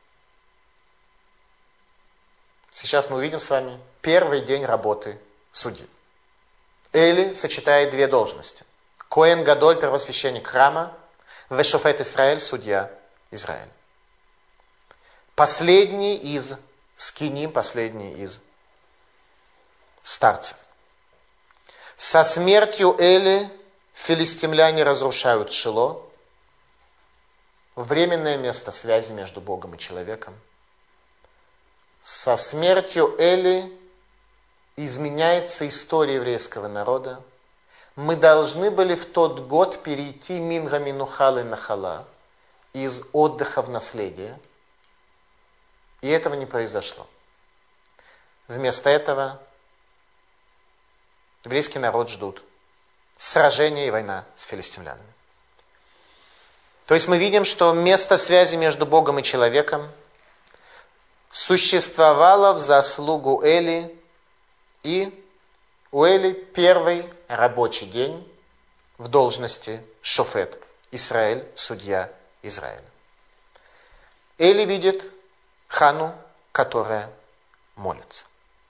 Сейчас мы увидим с вами первый день работы судьи. Эли сочетает 2 должности. Коэн Гадоль, первосвященник храма, вешофет Исраэль, судья Израиля. Последний из скиним, последний из старцев. Со смертью Эли филистимляне разрушают Шило, временное место связи между Богом и человеком. Со смертью Эли изменяется история еврейского народа. Мы должны были в тот год перейти Минга Минухалы Нахала из отдыха в наследие. И этого не произошло. Вместо этого еврейский народ ждут сражение и война с филистимлянами. То есть мы видим, что место связи между Богом и человеком существовало в заслугу Эли, и у Эли первый рабочий день в должности шофет, Исраэль, судья Израиля. Эли видит Хану, которая молится.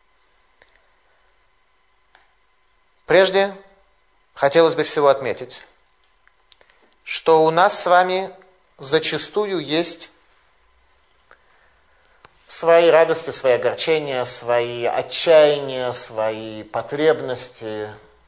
Прежде хотелось бы всего отметить, что у нас с вами зачастую есть свои радости, свои огорчения, свои отчаяния, свои потребности.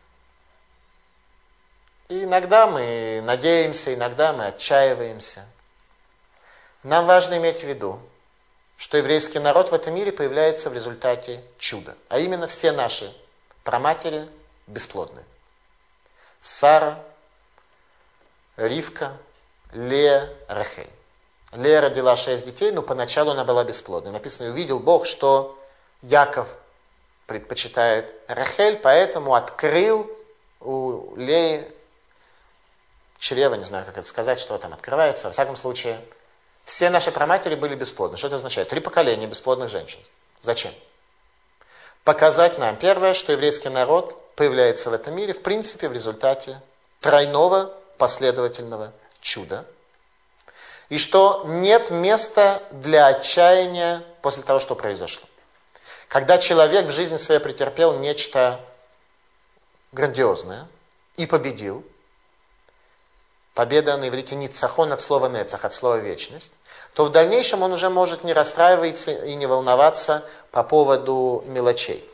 И иногда мы надеемся, иногда мы отчаиваемся. Нам важно иметь в виду, что еврейский народ в этом мире появляется в результате чуда. А именно все наши праматери бесплодны. Сара, Ривка, Лея, Рахель. Лея родила 6 детей, но поначалу она была бесплодной. Написано, увидел Бог, что Яков предпочитает Рахель, поэтому открыл у Леи чрево, не знаю, как это сказать, что там открывается. Во всяком случае, все наши праматери были бесплодны. Что это означает? 3 поколения бесплодных женщин. Зачем? Показать нам, первое, что еврейский народ появляется в этом мире, в принципе, в результате тройного последовательного чуда. И что нет места для отчаяния после того, что произошло. Когда человек в жизни своей претерпел нечто грандиозное и победил, победа на иврите ницахон от слова нецах, от слова вечность, то в дальнейшем он уже может не расстраиваться и не волноваться по поводу мелочей.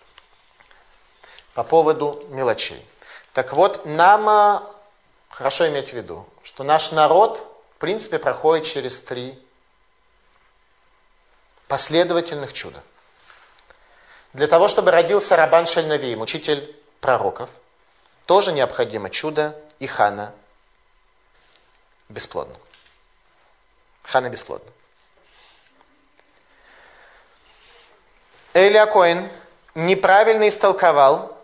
По поводу мелочей. Так вот, нам хорошо иметь в виду, что наш народ в принципе проходит через 3 последовательных чуда. Для того, чтобы родился Рабан шель Навиим, учитель пророков, тоже необходимо чудо, и Хана бесплодна. Хана бесплодна. Эли а-Коэн неправильно истолковал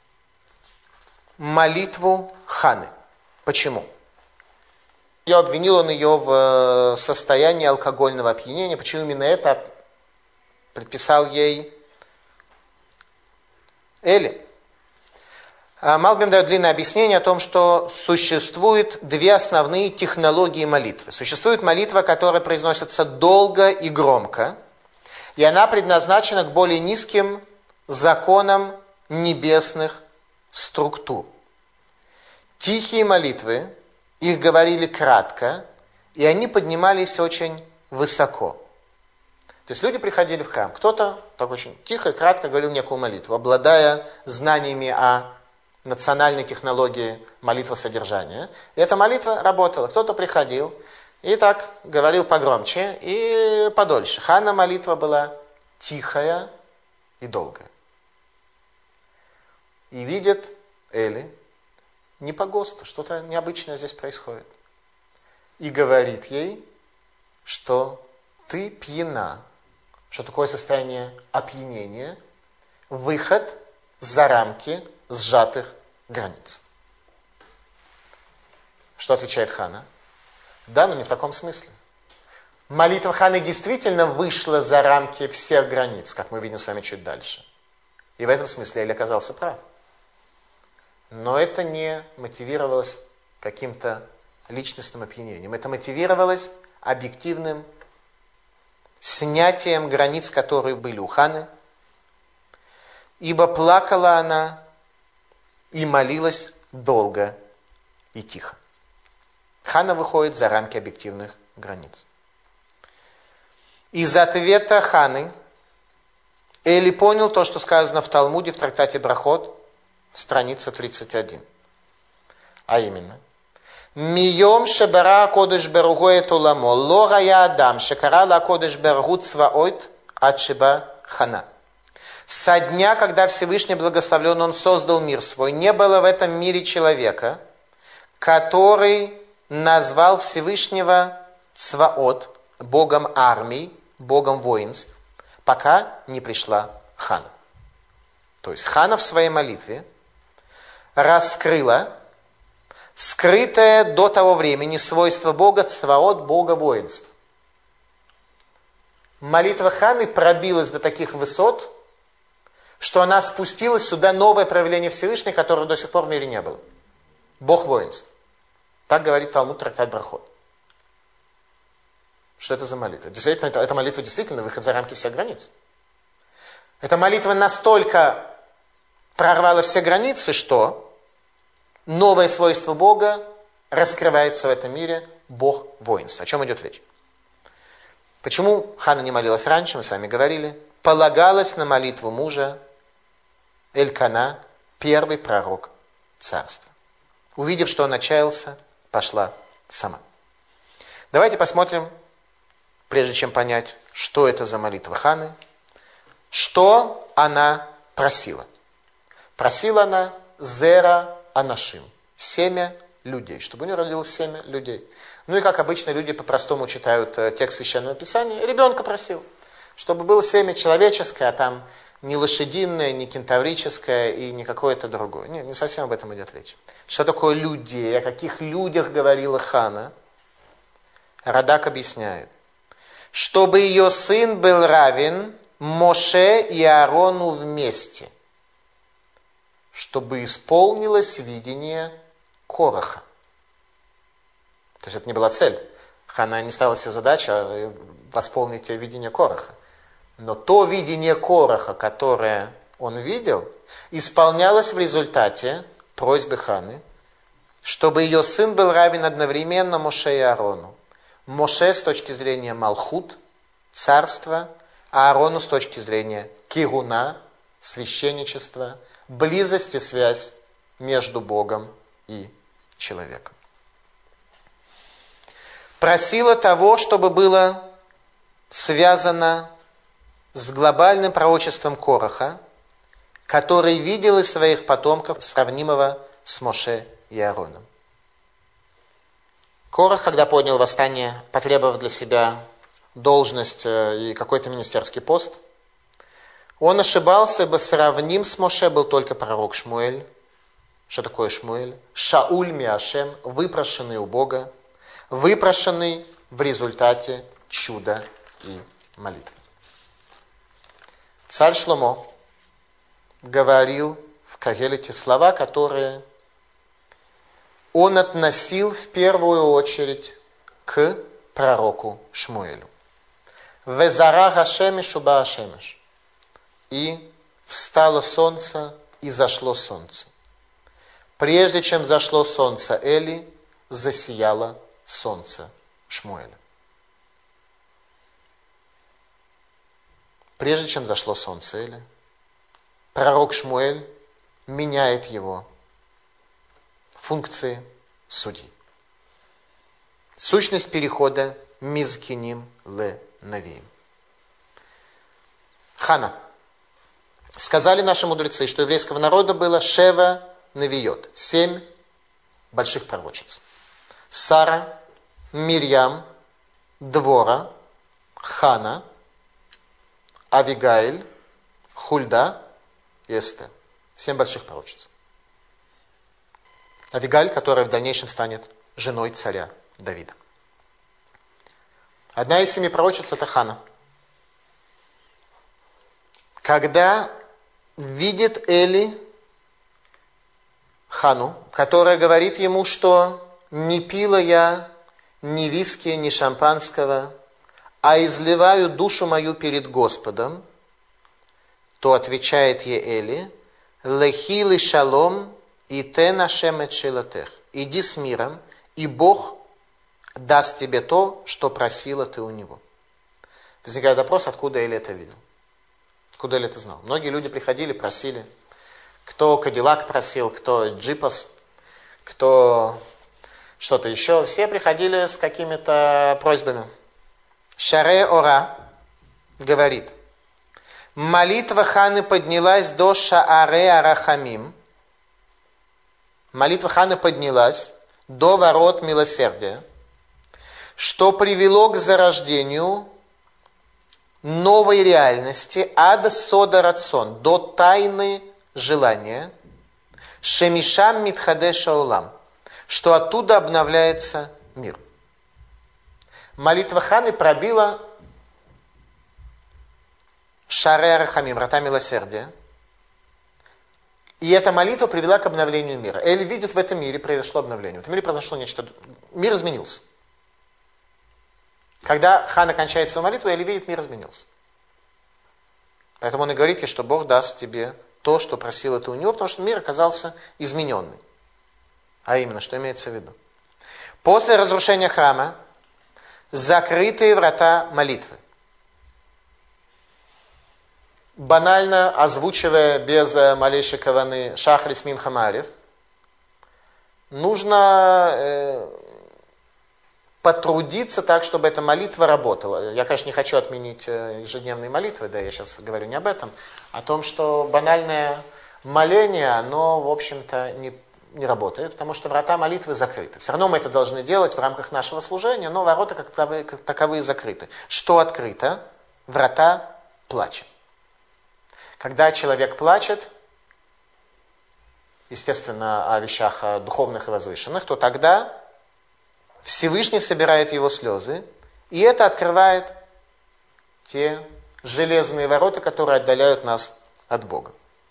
молитву Ханы. Почему? Обвинил он ее в состоянии алкогольного опьянения. Почему именно это предписал ей Эли? Малбим дает длинное объяснение о том, что существует 2 основные технологии молитвы. Существует молитва, которая произносится долго и громко, и она предназначена к более низким законам небесных структур. Тихие молитвы, их говорили кратко, и они поднимались очень высоко. То есть люди приходили в храм, кто-то так очень тихо и кратко говорил некую молитву, обладая знаниями о национальной технологии молитвосодержания. И эта молитва работала. Кто-то приходил и так говорил погромче и подольше. Хана молитва была тихая и долгая. И видит Эли, не по ГОСТу, что-то необычное здесь происходит. И говорит ей, что ты пьяна. Что такое состояние опьянения? Выход за рамки сжатых границ. Что отвечает Хана? Да, но не в таком смысле. Молитва Ханы действительно вышла за рамки всех границ, как мы видим с вами чуть дальше. И в этом смысле Эли оказался прав. Но это не мотивировалось каким-то личностным опьянением. Это мотивировалось объективным снятием границ, которые были у Ханы. Ибо плакала она и молилась долго и тихо. Хана выходит за рамки объективных границ. Из ответа Ханы Эли понял то, что сказано в Талмуде, в трактате Брахот, страница 31. А именно: Мием шебара кодеш беругу эт уламо, ло рая адам, шекара ла кодеш беругу цваот, Ачиба Хана. Со дня, когда Всевышний благословлен, Он создал мир свой, не было в этом мире человека, который назвал Всевышнего Цваот, богом армий, богом воинств, пока не пришла Хана. То есть Хана в своей молитве раскрыла скрытое до того времени свойство Бога Цваот, бога воинств. Молитва Ханы пробилась до таких высот, что она спустилась сюда новое проявление Всевышнего, которого до сих пор в мире не было. Бог воинств. Так говорит Талмуд трактат Брахот. Что это за молитва? Действительно, эта молитва действительно выход за рамки всех границ. Эта молитва настолько прорвала все границы, что новое свойство Бога раскрывается в этом мире, Бог воинства. О чем идет речь? Почему Хана не молилась раньше, мы с вами говорили, полагалась на молитву мужа Элькана, первый пророк царства. Увидев, что он отчаялся, пошла сама. Давайте посмотрим, прежде чем понять, что это за молитва Ханы, что она просила. Просила она Зера Анашим, семя людей, чтобы у нее родилось семя людей. Ну и как обычно люди по-простому читают текст Священного Писания, ребенка просил, чтобы было семя человеческое, а там не лошадиное, не кентаврическое и не какое-то другое. Не совсем об этом идет речь. Что такое людей, о каких людях говорила Хана? Радак объясняет. Чтобы ее сын был равен Моше и Аарону вместе. Чтобы исполнилось видение Кораха. То есть это не была цель. Хана не ставила себе задачу восполнить видение Кораха. Но то видение Кораха, которое он видел, исполнялось в результате просьбы Ханы, чтобы ее сын был равен одновременно Моше и Аарону. Моше с точки зрения Малхут, царства, а Аарону с точки зрения Кируна, священничества, близость и связь между Богом и человеком. Просила того, чтобы было связано с глобальным пророчеством Кораха, который видел из своих потомков сравнимого с Моше и Аароном. Корах, когда поднял восстание, потребовав для себя должность и какой-то министерский пост, он ошибался, ибо сравним с Моше был только пророк Шмуэль. Что такое Шмуэль? Шауль Миашем, выпрошенный у Бога, выпрошенный в результате чуда и молитвы. Царь Шломо говорил в Кагелете слова, которые он относил в первую очередь к пророку Шмуэлю. «Везара Гашемиш уба Ашемиш». И встало солнце, и зашло солнце. Прежде чем зашло солнце Эли, засияло солнце Шмуэля. Прежде чем зашло солнце Эли, пророк Шмуэль меняет его функции судьи. Сущность перехода мизкиним ле навиим. Хана. Сказали наши мудрецы, что еврейского народа было шева навиот, 7 больших пророчиц. Сара, Мирьям, Двора, Хана, Авигаиль, Хульда и Эстер. 7 больших пророчиц. Авигаиль, которая в дальнейшем станет женой царя Давида. Одна из 7 пророчиц это Хана. Когда видит Эли Хану, которая говорит ему, что не пила я ни виски, ни шампанского, а изливаю душу мою перед Господом, то отвечает ей Эли: «Лехи ли шалом, и те нашем эт шелотех». Иди с миром, и Бог даст тебе то, что просила ты у него. Возникает вопрос, откуда Эли это видел? Откуда Эли это знал? Многие люди приходили, просили. Кто Кадиллак просил, кто Джипас, кто что-то еще. Все приходили с какими-то просьбами. Шаре Ора говорит, молитва Ханы поднялась до Шааре Арахамим. Молитва Ханы поднялась до ворот милосердия, что привело к зарождению новой реальности ад сода рацон, до тайны желания, шемишам митхадеша улам, что оттуда обновляется мир. Молитва Ханы пробила Шааре Арахамим, врата милосердия. И эта молитва привела к обновлению мира. Эли видит, в этом мире произошло обновление. В этом мире произошло нечто. Мир изменился. Когда Хана кончает свою молитву, Эли видит, мир изменился. Поэтому он и говорит ей, что Бог даст тебе то, что просил это у него, потому что мир оказался измененный. А именно, что имеется в виду? После разрушения храма закрытые врата молитвы. Банально озвучивая без малейшей каваны Шахрис Минха Маарев, нужно потрудиться так, чтобы эта молитва работала. Я, конечно, не хочу отменить ежедневные молитвы, да, я сейчас говорю не об этом, о том, что банальное моление, оно, в общем-то, не работает, потому что врата молитвы закрыты. Все равно мы это должны делать в рамках нашего служения, но ворота как таковые закрыты. Что открыто? Врата плача. Когда человек плачет, естественно, о вещах духовных и возвышенных, то тогда Всевышний собирает его слезы, и это открывает те железные ворота, которые отдаляют нас от Бога.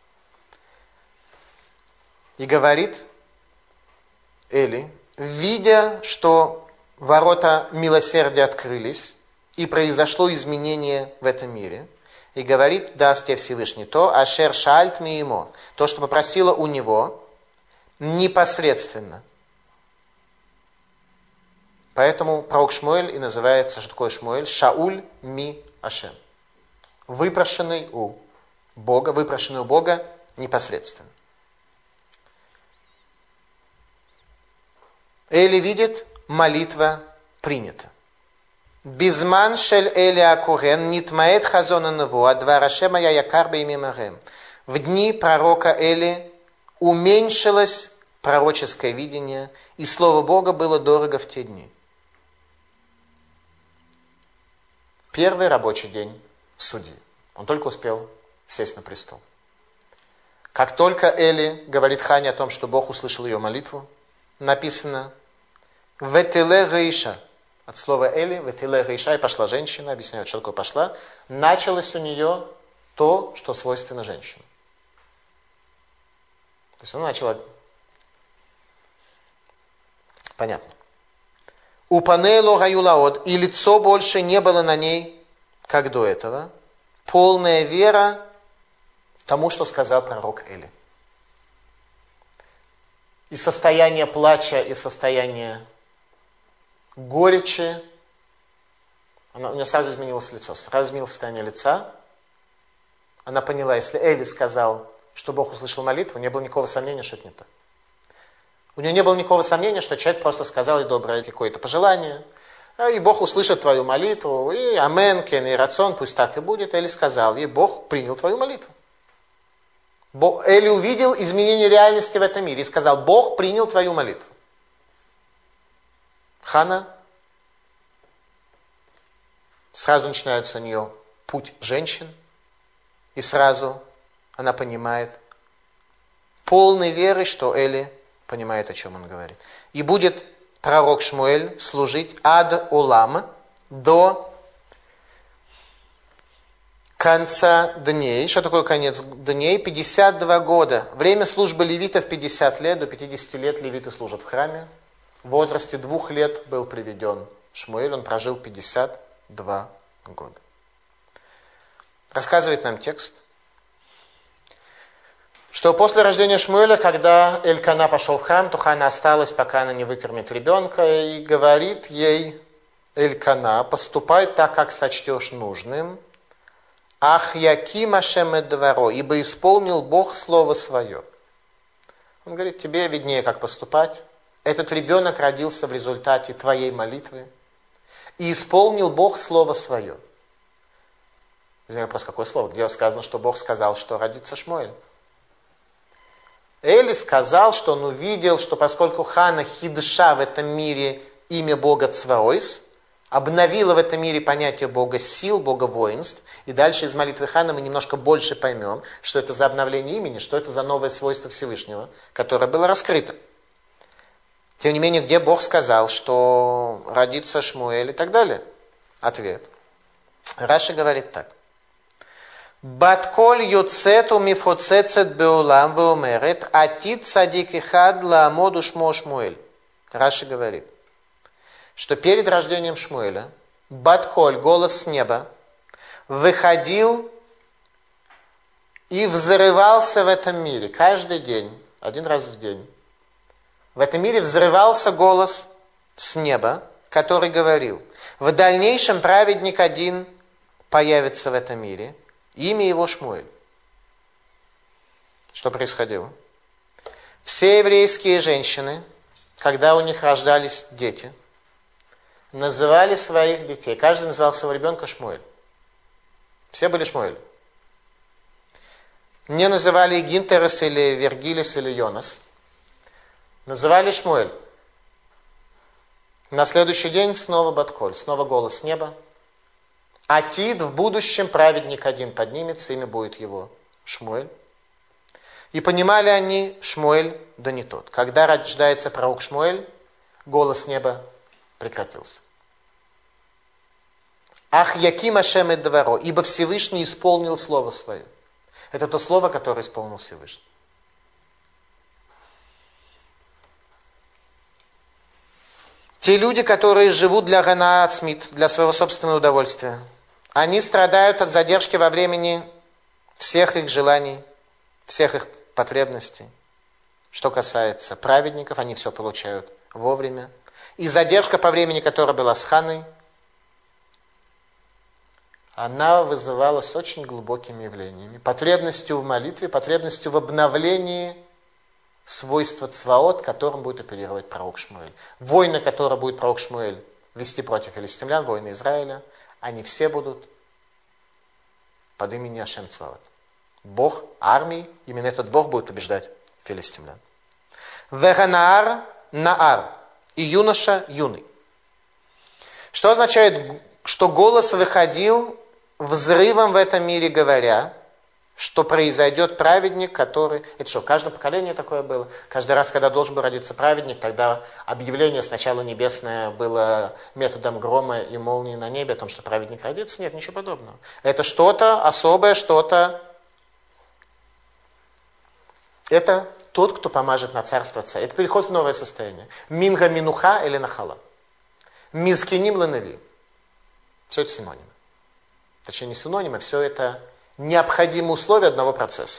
И говорит Эли, видя, что ворота милосердия открылись, и произошло изменение в этом мире, и говорит, даст тебе Всевышний то, ашер шальт ми имо, то, что попросила у него, непосредственно. Поэтому пророк Шмуэль и называется, что такое Шмуэль, Шауль ми Ашем. Выпрошенный у Бога непосредственно. Эли видит, молитва принята. Бизман шель Эли акурен нитмаэт хазона наву, адвар Ашем ая якар беймимарем. В дни пророка Эли уменьшилось пророческое видение, и слово Бога было дорого в те дни. Первый рабочий день судьи. Он только успел сесть на престол. Как только Эли говорит Хане о том, что Бог услышал ее молитву, написано «Ветиле гейша». От слова Эли, «Ветиле гейша», и пошла женщина, объясняют, что такое пошла, началось у нее то, что свойственно женщине. То есть она начала... Понятно. «Упанейло гаюлаод», и лицо больше не было на ней, как до этого, полная вера тому, что сказал пророк Эли. И состояние плача, и состояние горечи, у нее сразу изменилось лицо, сразу изменилось состояние лица. Она поняла, если Эли сказал, что Бог услышал молитву, не было никакого сомнения, что это не так. У нее не было никакого сомнения, что человек просто сказал ей доброе какое-то пожелание, и Бог услышит твою молитву, и амен, кен, и рацион, пусть так и будет. Эли сказал, и Бог принял твою молитву. Эли увидел изменение реальности в этом мире и сказал, Бог принял твою молитву. Хана, сразу начинается у нее путь женщин, и сразу она понимает полной верой, что Эли понимает, о чем он говорит. И будет пророк Шмуэль служить ад улам до конца дней. Что такое конец дней? 52 года. Время службы левитов 50 лет. До 50 лет левиты служат в храме. В возрасте 2 лет был приведен Шмуэль. Он прожил 52 года. Рассказывает нам текст, что после рождения Шмуэля, когда Элькана пошел в храм, то Хана осталась, пока она не выкормит ребенка, и говорит ей Элькана, поступай так, как сочтешь нужным, ах яким Ашем эт дворо, ибо исполнил Бог слово свое. Он говорит, тебе виднее, как поступать. Этот ребенок родился в результате твоей молитвы, и исполнил Бог слово свое. Возникает вопрос, какое слово? Где сказано, что Бог сказал, что родится Шмуэль? Эли сказал, что он увидел, что поскольку Хана хидша в этом мире имя Бога Цваойс, обновила в этом мире понятие Бога сил, Бога воинств, и дальше из молитвы Хана мы немножко больше поймем, что это за обновление имени, что это за новое свойство Всевышнего, которое было раскрыто. Тем не менее, где Бог сказал, что родится Шмуэль и так далее? Ответ. Раши говорит так. Батколь юцету мифоцецет беулам веумерет атит садик ихад лаамоду шмо Шмуэль. Раши говорит, что перед рождением Шмуэля Батколь, голос с неба, выходил и взрывался в этом мире каждый день, один раз в день. В этом мире взрывался голос с неба, который говорил, в дальнейшем праведник один появится в этом мире, имя его Шмуэль. Что происходило? Все еврейские женщины, когда у них рождались дети, называли своих детей, каждый называл своего ребенка Шмуэль. Все были Шмуэль. Не называли Гинтерес или Вергилис или Йонас. Называли Шмуэль. На следующий день снова Батколь, снова голос с неба. Атид, в будущем праведник один поднимется, имя будет его Шмуэль. И понимали они, Шмуэль да не тот. Когда рождается пророк Шмуэль, голос неба прекратился. Ах, яким Ашем эт дворо, ибо Всевышний исполнил слово свое. Это то слово, которое исполнил Всевышний. Те люди, которые живут для Ганаат Смит, для своего собственного удовольствия, они страдают от задержки во времени всех их желаний, всех их потребностей. Что касается праведников, они все получают вовремя. И задержка по времени, которая была с Ханой, она вызывалась очень глубокими явлениями. Потребностью в молитве, потребностью в обновлении свойства Цваот, которым будет оперировать пророк Шмуэль. Войны, которые будет пророк Шмуэль вести против филистимлян, войны Израиля, они все будут под именем Ашем Цваот. Бог армии, именно этот Бог будет побеждать филистимлян. Веганаар Наар, и юноша юный. Что означает, что голос выходил взрывом в этом мире, говоря, что произойдет праведник, который... Это что, в каждом поколении такое было? Каждый раз, когда должен был родиться праведник, тогда объявление сначала небесное было методом грома и молнии на небе о том, что праведник родится? Нет, ничего подобного. Это что-то особое, что-то... Это тот, кто помажет на царство царя. Это переход в новое состояние. Минга минуха или нахала. Мизкиним ланави. Все это синонимы. Точнее, не синонимы, все это необходимые условия одного процесса.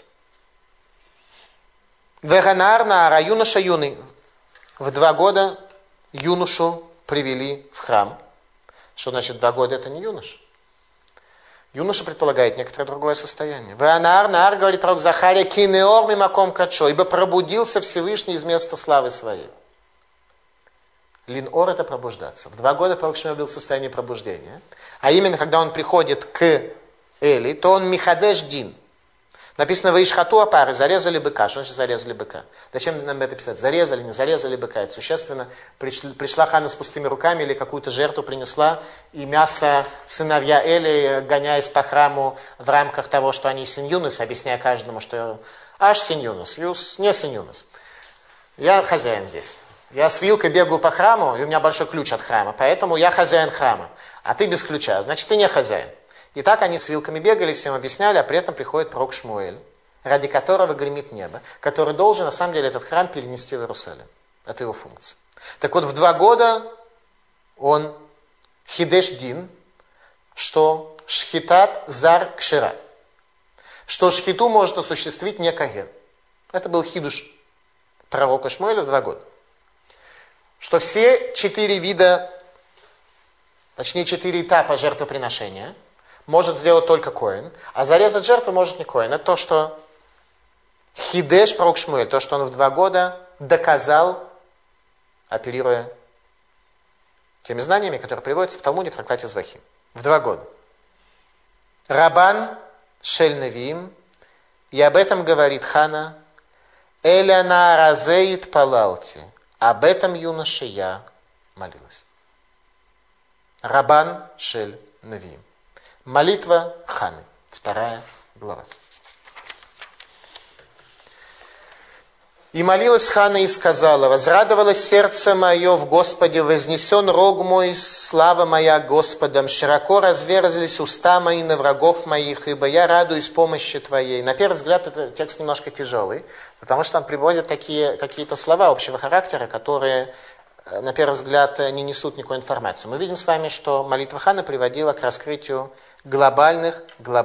Веганаар наара, юноша юный. В 2 года юношу привели в храм. Что значит 2 года? Это не юноша. Юноша предполагает некоторое другое состояние. Веганаар наар, говорит пророк Захария, кинеор мимаком качо, ибо пробудился Всевышний из места славы своей. Лин-ор — это пробуждаться. В 2 года пророк Шмуэль был в состоянии пробуждения. А именно, когда он приходит к Эли, то он михадеш дин. Написано, ваишхату апары, зарезали быка. Что значит зарезали быка? Зачем нам это писать? Зарезали, не зарезали быка. Это существенно. Пришла Хана с пустыми руками или какую-то жертву принесла, и мясо сыновья Эли, гоняясь по храму в рамках того, что они синьюнес, объясняя каждому, что аж синьюнес, юс, не синьюнес. Я хозяин здесь. Я с вилкой бегаю по храму, и у меня большой ключ от храма, поэтому я хозяин храма. А ты без ключа, значит, ты не хозяин. И так они с вилками бегали, всем объясняли, а при этом приходит пророк Шмуэль, ради которого гремит небо, который должен, на самом деле, этот храм перенести в Иерусалим. Это его функция. Так вот, в 2 года он хидеш дин, что шхитат зар кшира, что шхиту может осуществить не каген. Это был хидуш пророка Шмуэля в 2 года. Что все 4 вида, точнее 4 этапа жертвоприношения может сделать только коэн, а зарезать жертву может не коэн. Это то, что хидеш пророк Шмуэль, то, что он в 2 года доказал, оперируя теми знаниями, которые приводятся в Талмуде, в трактате Звахим. В 2 года. Рабан шель Невиим, и об этом говорит Хана, Эля на разеит палалти, об этом юноше я молилась. Рабан шель Невиим. Молитва Ханы, 2 глава. И молилась Хана и сказала: возрадовалось сердце мое в Господе, вознесен рог мой, слава моя Господом, широко разверзлись уста мои на врагов моих, ибо я радуюсь помощи Твоей. На первый взгляд, этот текст немножко тяжелый, потому что он приводит такие какие-то слова общего характера, которые, на первый взгляд, не несут никакой информации. Мы видим с вами, что молитва Ханы приводила к раскрытию глобальных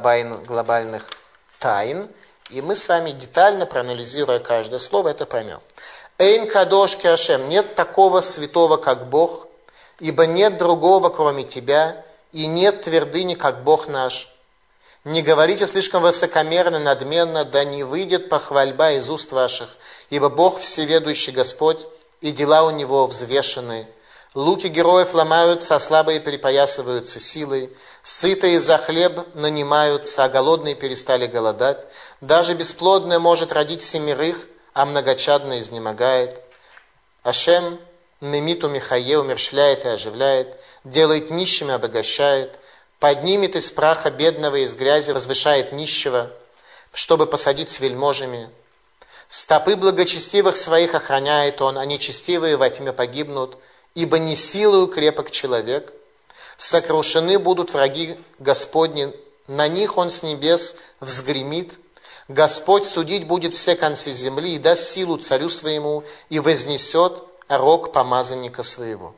тайн, и мы с вами, детально проанализируя каждое слово, это поймем. Эйн кадош ки Ашем, нет такого святого, как Бог, ибо нет другого, кроме Тебя, и нет твердыни, как Бог наш. Не говорите слишком высокомерно, надменно, да не выйдет похвальба из уст ваших, ибо Бог всеведущий Господь, и дела у Него взвешены. Луки героев ломаются, а слабые перепоясываются силой. Сытые за хлеб нанимаются, а голодные перестали голодать. Даже бесплодное может родить 7, а многочадное изнемогает. Ашем немиту Михае умерщвляет и оживляет, делает нищим и обогащает, поднимет из праха бедного и из грязи, возвышает нищего, чтобы посадить с вельможами. Стопы благочестивых своих охраняет он, а нечестивые во тьме погибнут, ибо не силою крепок человек. Сокрушены будут враги Господни, на них он с небес взгремит. Господь судить будет все концы земли и даст силу царю своему, и вознесет рог помазанника своего.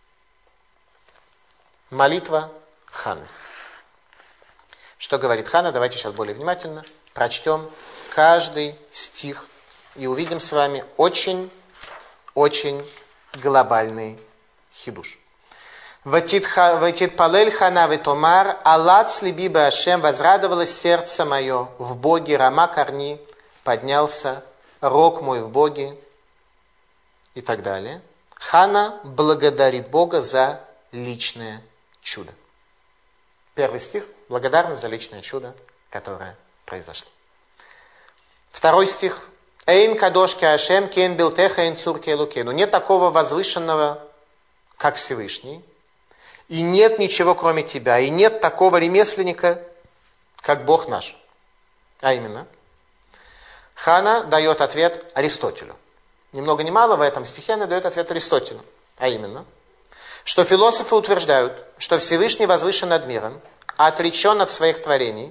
Молитва Ханы. Что говорит Хана? Давайте сейчас более внимательно прочтем каждый стих и увидим с вами очень глобальный хидуш. Ватит палель Хана витомар, алац либи башем, возрадовалось сердце мое в Боге, рама корни, поднялся рог мой в Боге, и так далее. Хана благодарит Бога за личное чудо. 1 стих. Благодарность за личное чудо, которое произошло. 2 стих. Эйн кадош ки Ашем кен билтеха эйн цур ки элокейну. Нет такого возвышенного, как Всевышний, и нет ничего, кроме тебя, и нет такого ремесленника, как Бог наш. А именно, Хана дает ответ Аристотелю. Ни много ни мало в этом стихе она дает ответ Аристотелю. А именно, что философы утверждают, что Всевышний возвышен над миром, а отречен от своих творений.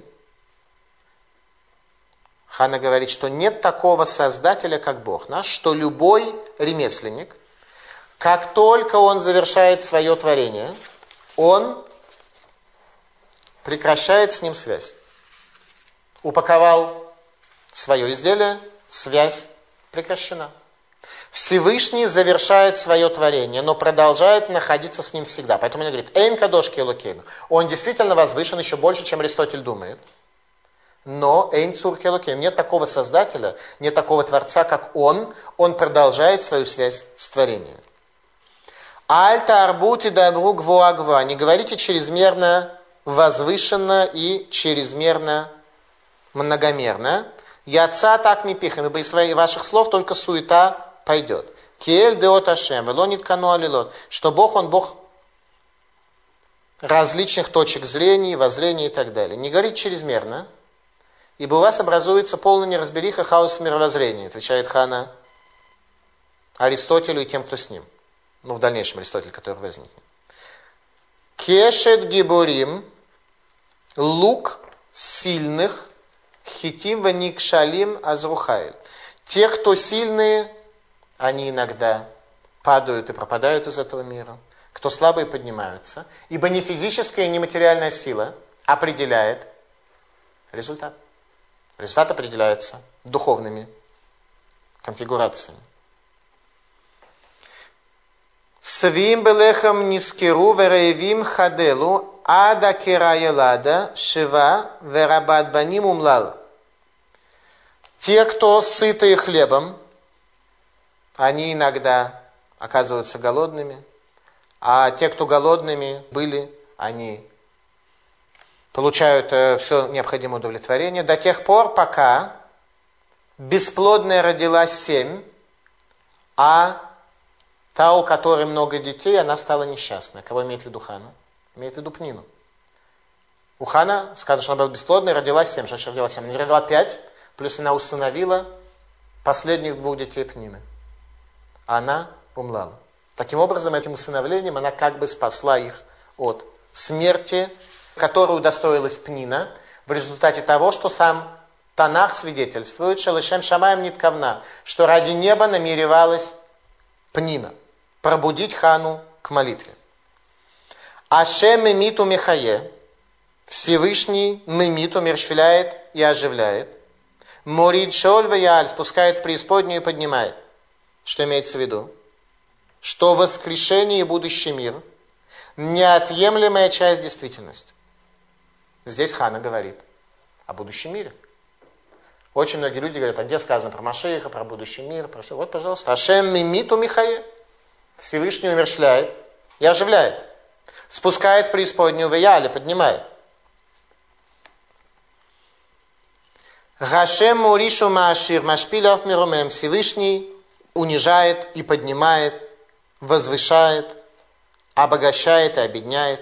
Хана говорит, что нет такого создателя, как Бог наш, что любой ремесленник, как только он завершает свое творение, он прекращает с ним связь. Упаковал свое изделие, связь прекращена. Всевышний завершает свое творение, но продолжает находиться с ним всегда. Поэтому он говорит, «Эйн кадош ки элокейну». Он действительно возвышен еще больше, чем Аристотель думает. Но «Эйн цур ки элокейну». Нет такого создателя, нет такого творца, как он. Он продолжает свою связь с творением. «Альта арбути дабру гвуа-гвуа». Не говорите чрезмерно возвышенно и чрезмерно многомерно. «Яца так ми пихам», ибо из ваших слов только суета пойдет. «Киэль деот Ашем, велонит кану алилот», что Бог, он Бог различных точек зрения, воззрения и так далее. Не говорите чрезмерно, ибо у вас образуется полная неразбериха, хаос мировоззрения, отвечает Хана Аристотелю и тем, кто с ним. Ну, в дальнейшем Аристотель, который возникнет. «Кешет гибурим», лук сильных, хитим ваникшалим азрухайль. Те, кто сильные, они иногда падают и пропадают из этого мира. Кто слабые, поднимаются. Ибо не физическая и не материальная сила определяет результат. Результат определяется духовными конфигурациями. «Свим белехам нискеру вереевим хаделу ада кираелада шива верабад баним умлал». Те, кто сытые хлебом, они иногда оказываются голодными, а те, кто голодными были, они получают все необходимое удовлетворение, до тех пор, пока бесплодная родила 7, а та, у которой много детей, она стала несчастной. Кого имеет в виду Хана? Имеет в виду Пнину. У Хана сказано, что она была бесплодной, родила 7. Что родила 7? Она родила 5, плюс она усыновила последних 2 детей Пнины. Она умлала. Таким образом, этим усыновлением она как бы спасла их от смерти, которую удостоилась Пнина, в результате того, что сам Танах свидетельствует, что Лешем Шамаем Ниткавна, что ради неба намеревалась Пнина пробудить Хану к молитве. Ашем мемит умехае, Всевышний мемит умерщвляет и оживляет. Морид шоль ваяль, спускает в преисподнюю и поднимает. Что имеется в виду? Что воскрешение и будущий мир – неотъемлемая часть действительности. Здесь Хана говорит о будущем мире. Очень многие люди говорят, а где сказано про Машиаха, про будущий мир, про все. Вот, пожалуйста, Ашем мимиту михае. Всевышний умерщвляет и оживляет. Спускает в преисподнюю ваяль, поднимает. Гашем муришу маашир машпилав мирумем. Всевышний унижает и поднимает, возвышает, обогащает и обедняет.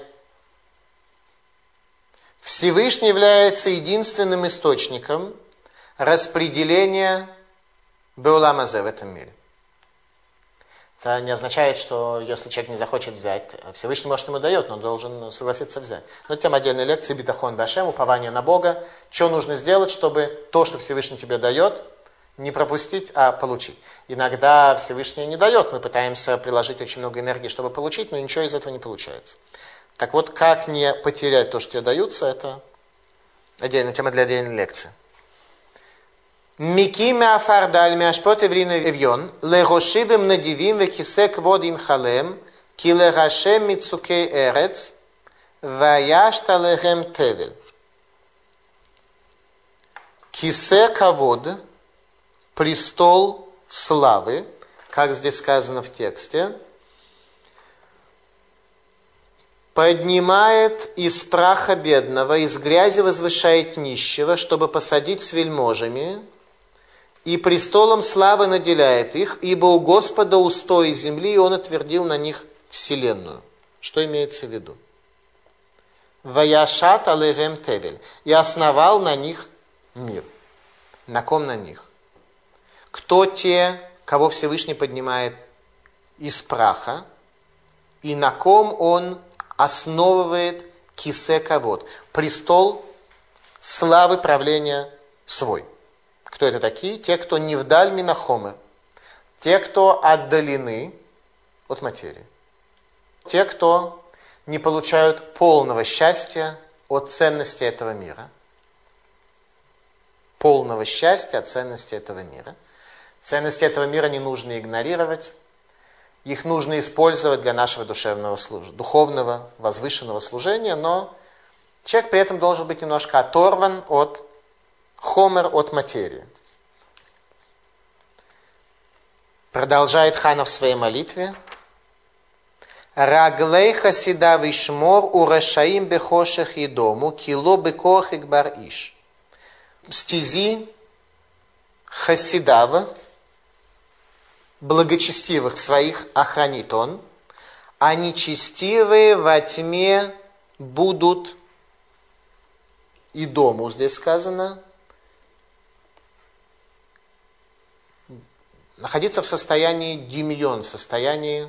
Всевышний является единственным источником распределения беулам азе в этом мире. Это не означает, что если человек не захочет взять, Всевышний, может, ему дает, но он должен согласиться взять. Но тема отдельной лекции, битахон башем, упование на Бога. Что нужно сделать, чтобы то, что Всевышний тебе дает, не пропустить, а получить. Иногда Всевышний не дает, мы пытаемся приложить очень много энергии, чтобы получить, но ничего из этого не получается. Так вот, как не потерять то, что тебе даются, это отдельная тема для отдельной лекции. Мики меафардаль меашпот еврин евьон легошивим надивим векисек вод инхалем килерашем мицукей эрец ваяшта лехем тевель. Кисек авод, престол славы, как здесь сказано в тексте, поднимает из праха бедного, из грязи возвышает нищего, чтобы посадить с вельможами, и престолом славы наделяет их, ибо у Господа устой земли, и Он утвердил на них вселенную. Что имеется в виду? Ваяшат алейхем тевель. И основал на них мир. На ком на них? Кто те, кого Всевышний поднимает из праха, и на ком Он основывает кисе-кавод, престол славы правления свой. Кто это такие? Те, кто не вдаль минахомы, те, кто отдалены от материи, те, кто не получают полного счастья от ценности этого мира. Полного счастья от ценности этого мира. Ценности этого мира не нужно игнорировать. Их нужно использовать для нашего душевного служения, духовного, возвышенного служения, но человек при этом должен быть немножко оторван от хомер, от материи. Продолжает Хана в своей молитве. Раглей хасида вишмор урашаим бехошех едому кило бекохик бар иш. Стези хасидава, благочестивых своих охранит он, а нечестивые во тьме будут и дому, здесь сказано, находиться в состоянии демион, в состоянии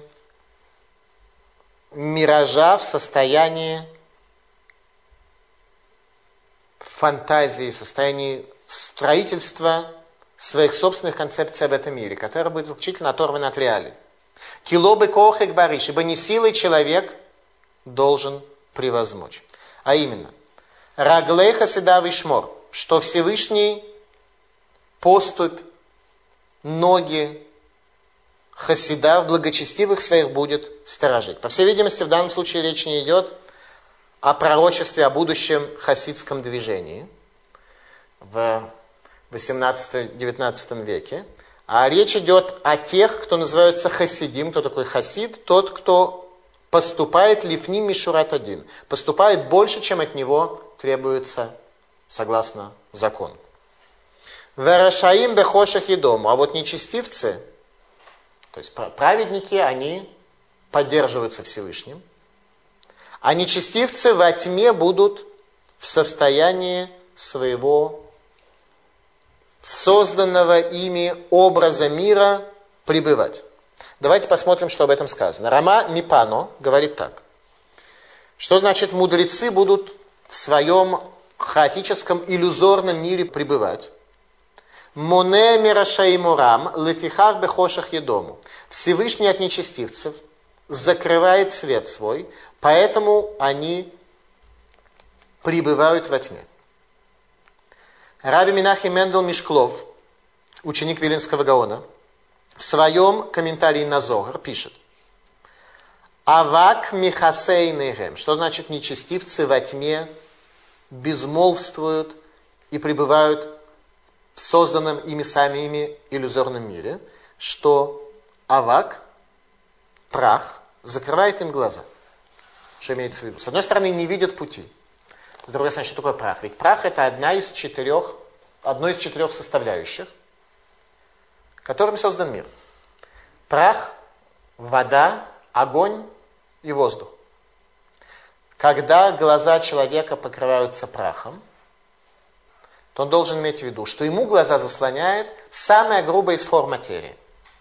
миража, в состоянии фантазии, в состоянии строительства своих собственных концепций об этом мире, которая будет исключительно оторвана от реалий. Килобы кохек бариш, ибо не силой человек должен превозмочь. А именно, раглей хасида вишмор, что Всевышний поступь, ноги хасида, благочестивых своих будет сторожить. По всей видимости, в данном случае речь не идет о пророчестве, о будущем хасидском движении в 18-19 веке, а речь идет о тех, кто называется хасидим. Кто такой хасид? Тот, кто поступает лифним мишурат один, поступает больше, чем от него требуется согласно закону. Верашаим бехошах и дому. А вот нечестивцы, то есть праведники, они поддерживаются Всевышним. А нечестивцы во тьме будут в состоянии своего созданного ими образа мира пребывать. Давайте посмотрим, что об этом сказано. Рама Мипано говорит так. Что значит мудрецы будут в своем хаотическом иллюзорном мире пребывать? Моне мирашаимурам лефихах бехошах едому. Всевышний от нечестивцев закрывает свет свой, поэтому они пребывают во тьме. Раби Менахем Мендел Мишклов, ученик Виленского Гаона, в своем комментарии на Зогар пишет: Авак михасейнейгем. Что значит нечестивцы во тьме безмолвствуют и пребывают в созданном ими самими иллюзорном мире, что авак, прах, закрывает им глаза. Что имеется в виду? С одной стороны, не видят пути. С другой стороны, что такое прах? Ведь прах это одно из четырех составляющих, которым создан мир. Прах, вода, огонь и воздух. Когда глаза человека покрываются прахом, то он должен иметь в виду, что ему глаза заслоняет самая грубая из форм материи.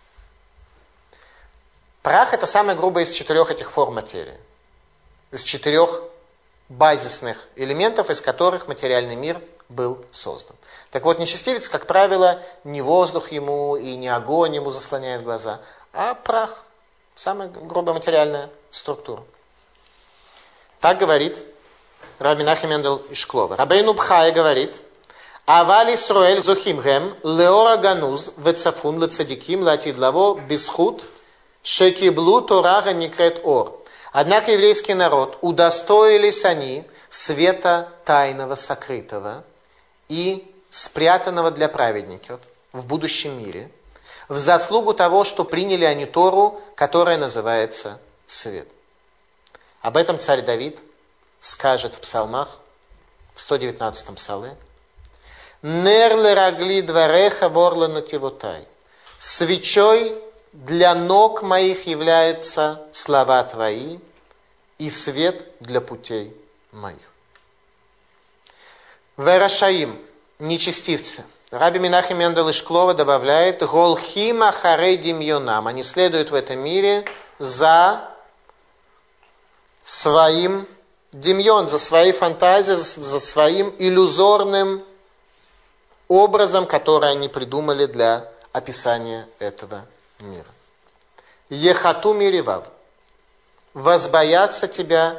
Прах это самая грубая из четырех этих форм материи. Из четырех базисных элементов, из которых материальный мир был создан. Так вот, нечестивец, как правило, не воздух ему и не огонь ему заслоняет глаза, а прах, самая грубая материальная структура. Так говорит Раби Менахем Мендел Ишклова. Рабейну Бхай говорит: Авали Исроэль зухимгем леора гануз вецафун лецадиким латидлаво бисхут шекиблу торага никрет ор. Однако еврейский народ удостоились они света тайного, сокрытого и спрятанного для праведников в будущем мире, в заслугу того, что приняли они Тору, которая называется свет. Об этом царь Давид скажет в псалмах, в 119-м псалме: «Нер лерагли двореха ворла нативотай». Свечой для ног моих являются слова твои и свет для путей моих. Верашаим, нечестивцы. Раби Менахем Мендел Ишклова добавляет: «Голхима харей димьонам». Они следуют в этом мире за своим демьон, за своей фантазией, за своим иллюзорным образом, который они придумали для описания этого мира. Ехату миривав. Возбоятся тебя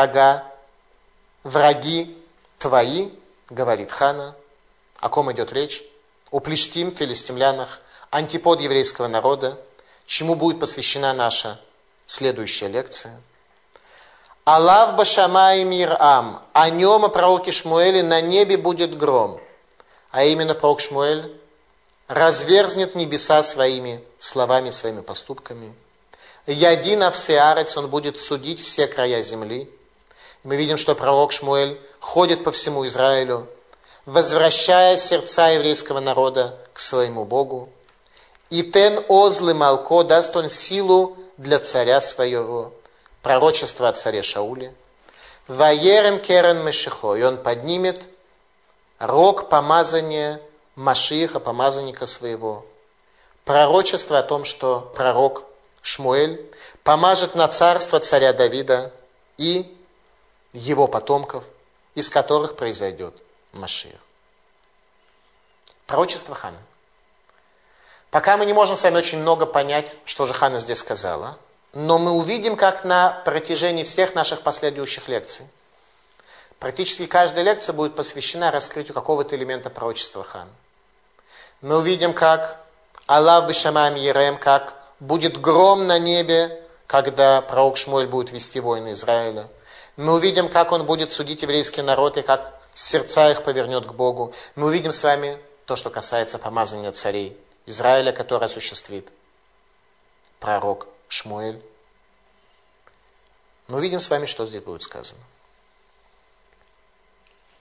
враги твои, говорит Хана. О ком идет речь? О Плештим, филистимлянах, антипод еврейского народа, чему будет посвящена наша следующая лекция. Алав башамай мирам, о нем, о пророке Шмуэле, на небе будет гром. А именно пророк Шмуэль разверзнет небеса своими словами, своими поступками. Ядин авсеарец, он будет судить все края земли. Мы видим, что пророк Шмуэль ходит по всему Израилю, возвращая сердца еврейского народа к своему Богу. И тен озлы малко, даст он силу для царя своего, пророчество о царе Шауле. Ваерем керен мешихо, и он поднимет рог помазания Машииха, помазанника своего. Пророчество о том, что пророк Шмуэль помажет на царство царя Давида и его потомков, из которых произойдет Машиах. Пророчество Ханы. Пока мы не можем с вами очень много понять, что же Хана здесь сказала, но мы увидим, как на протяжении всех наших последующих лекций практически каждая лекция будет посвящена раскрытию какого-то элемента пророчества Ханы. Мы увидим, как Аллах бешамаем ерем, как будет гром на небе, когда пророк Шмуэль будет вести войны Израиля. Мы увидим, как он будет судить еврейский народ и как сердца их повернет к Богу. Мы увидим с вами то, что касается помазания царей Израиля, который осуществит пророк Шмуэль. Мы увидим с вами, что здесь будет сказано.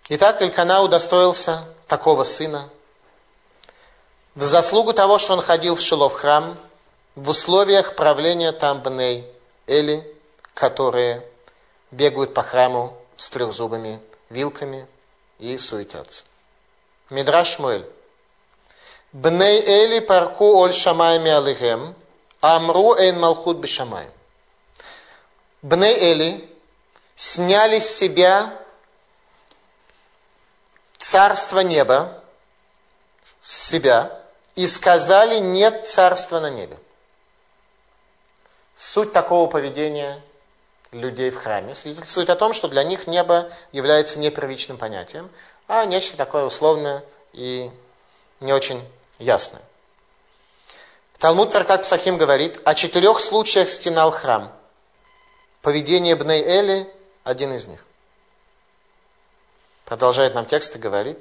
Итак, Элькана удостоился такого сына в заслугу того, что он ходил в Шило, в храм, в условиях правления там Бней Эли, которые бегают по храму с трехзубыми вилками и суетятся. Мидраш Шмуэль. Бней Эли парку оль шамайми алихем, амру эйн малхут бешамайм. Бней Эли сняли с себя царство неба, с себя, и сказали: нет царства на небе. Суть такого поведения людей в храме свидетельствует о том, что для них небо является не первичным понятием, а нечто такое условное и не очень ясное. Талмуд трактат Псахим говорит о 4 случаях стенал храм. Поведение Бней Эли – один из них. Продолжает нам текст и говорит: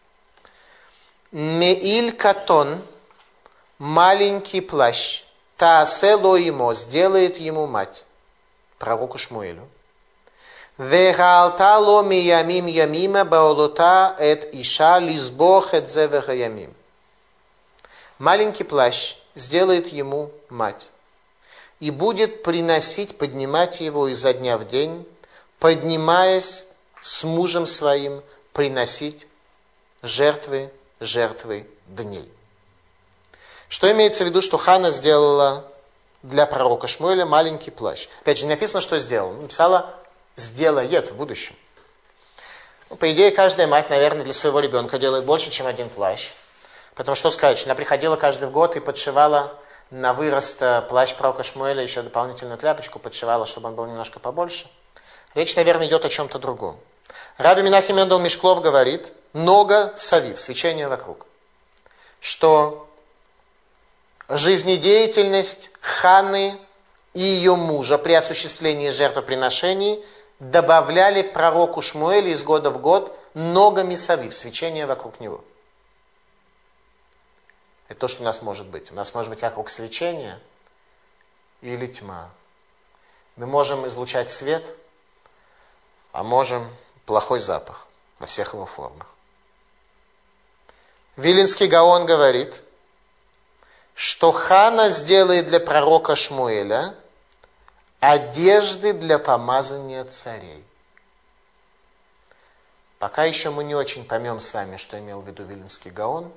Меиль катон, маленький плащ, таасело имо, сделает ему мать, пророку Шмуэлю. Вегаалтало миямим ямима баолота эт иша лизбох эт зевеха ямим. Маленький плащ сделает ему мать и будет приносить, поднимать его изо дня в день, поднимаясь с мужем своим, приносить жертвы дней. Что имеется в виду, что Ханна сделала для пророка Шмуэля маленький плащ? Опять же, не написано, что сделала. Написала «сделает» в будущем. По идее, каждая мать, наверное, для своего ребенка делает больше, чем один плащ. Потому что сказать, что она приходила каждый год и подшивала на вырост плащ пророка Шмуэля, еще дополнительную тряпочку подшивала, чтобы он был немножко побольше. Речь, наверное, идет о чем-то другом. Раби Менахем Мендел Мишклов говорит: много савив, свечения вокруг. Что жизнедеятельность Ханны и ее мужа при осуществлении жертвоприношений добавляли пророку Шмуэлю из года в год много мисавив, свечения вокруг него. Это то, что у нас может быть. У нас может быть вокруг свечения или тьма. Мы можем излучать свет, а можем плохой запах во всех его формах. Вилинский Гаон говорит, что Ханна сделает для пророка Шмуэля одежды для помазания царей. Пока еще мы не очень поймем с вами, что имел в виду Вилинский Гаон,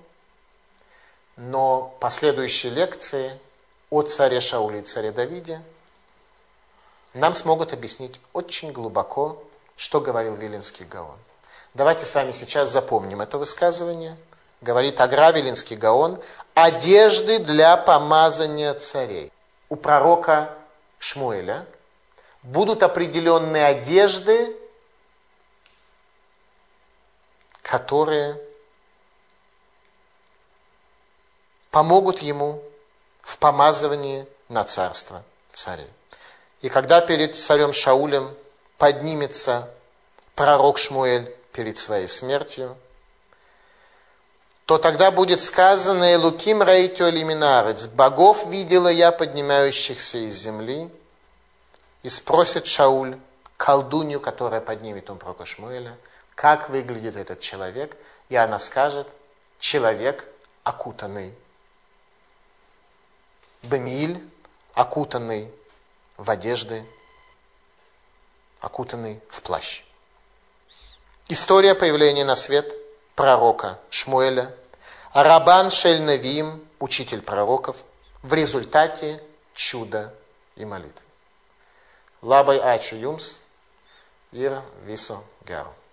но последующие лекции о царе Шауле и царе Давиде нам смогут объяснить очень глубоко, что говорил Вилинский Гаон. Давайте с вами сейчас запомним это высказывание. Говорит Агра Вилинский Гаон: одежды для помазания царей. У пророка Шмуэля будут определенные одежды, которые помогут ему в помазывании на царство царей. И когда перед царем Шаулем поднимется пророк Шмуэль перед своей смертью, то тогда будет сказано: «Элуким раитю элиминарец», богов видела я, поднимающихся из земли. И спросит Шауль колдунью, которая поднимет пророка Шмуэля, как выглядит этот человек, и она скажет: человек, окутанный бемиль, окутанный в одежды, окутанный в плащ. История появления на свет пророка Шмуэля, Рабан Шель Невиим, учитель пророков, в результате чуда и молитвы. Лабай ачу юмс, ир висо гару.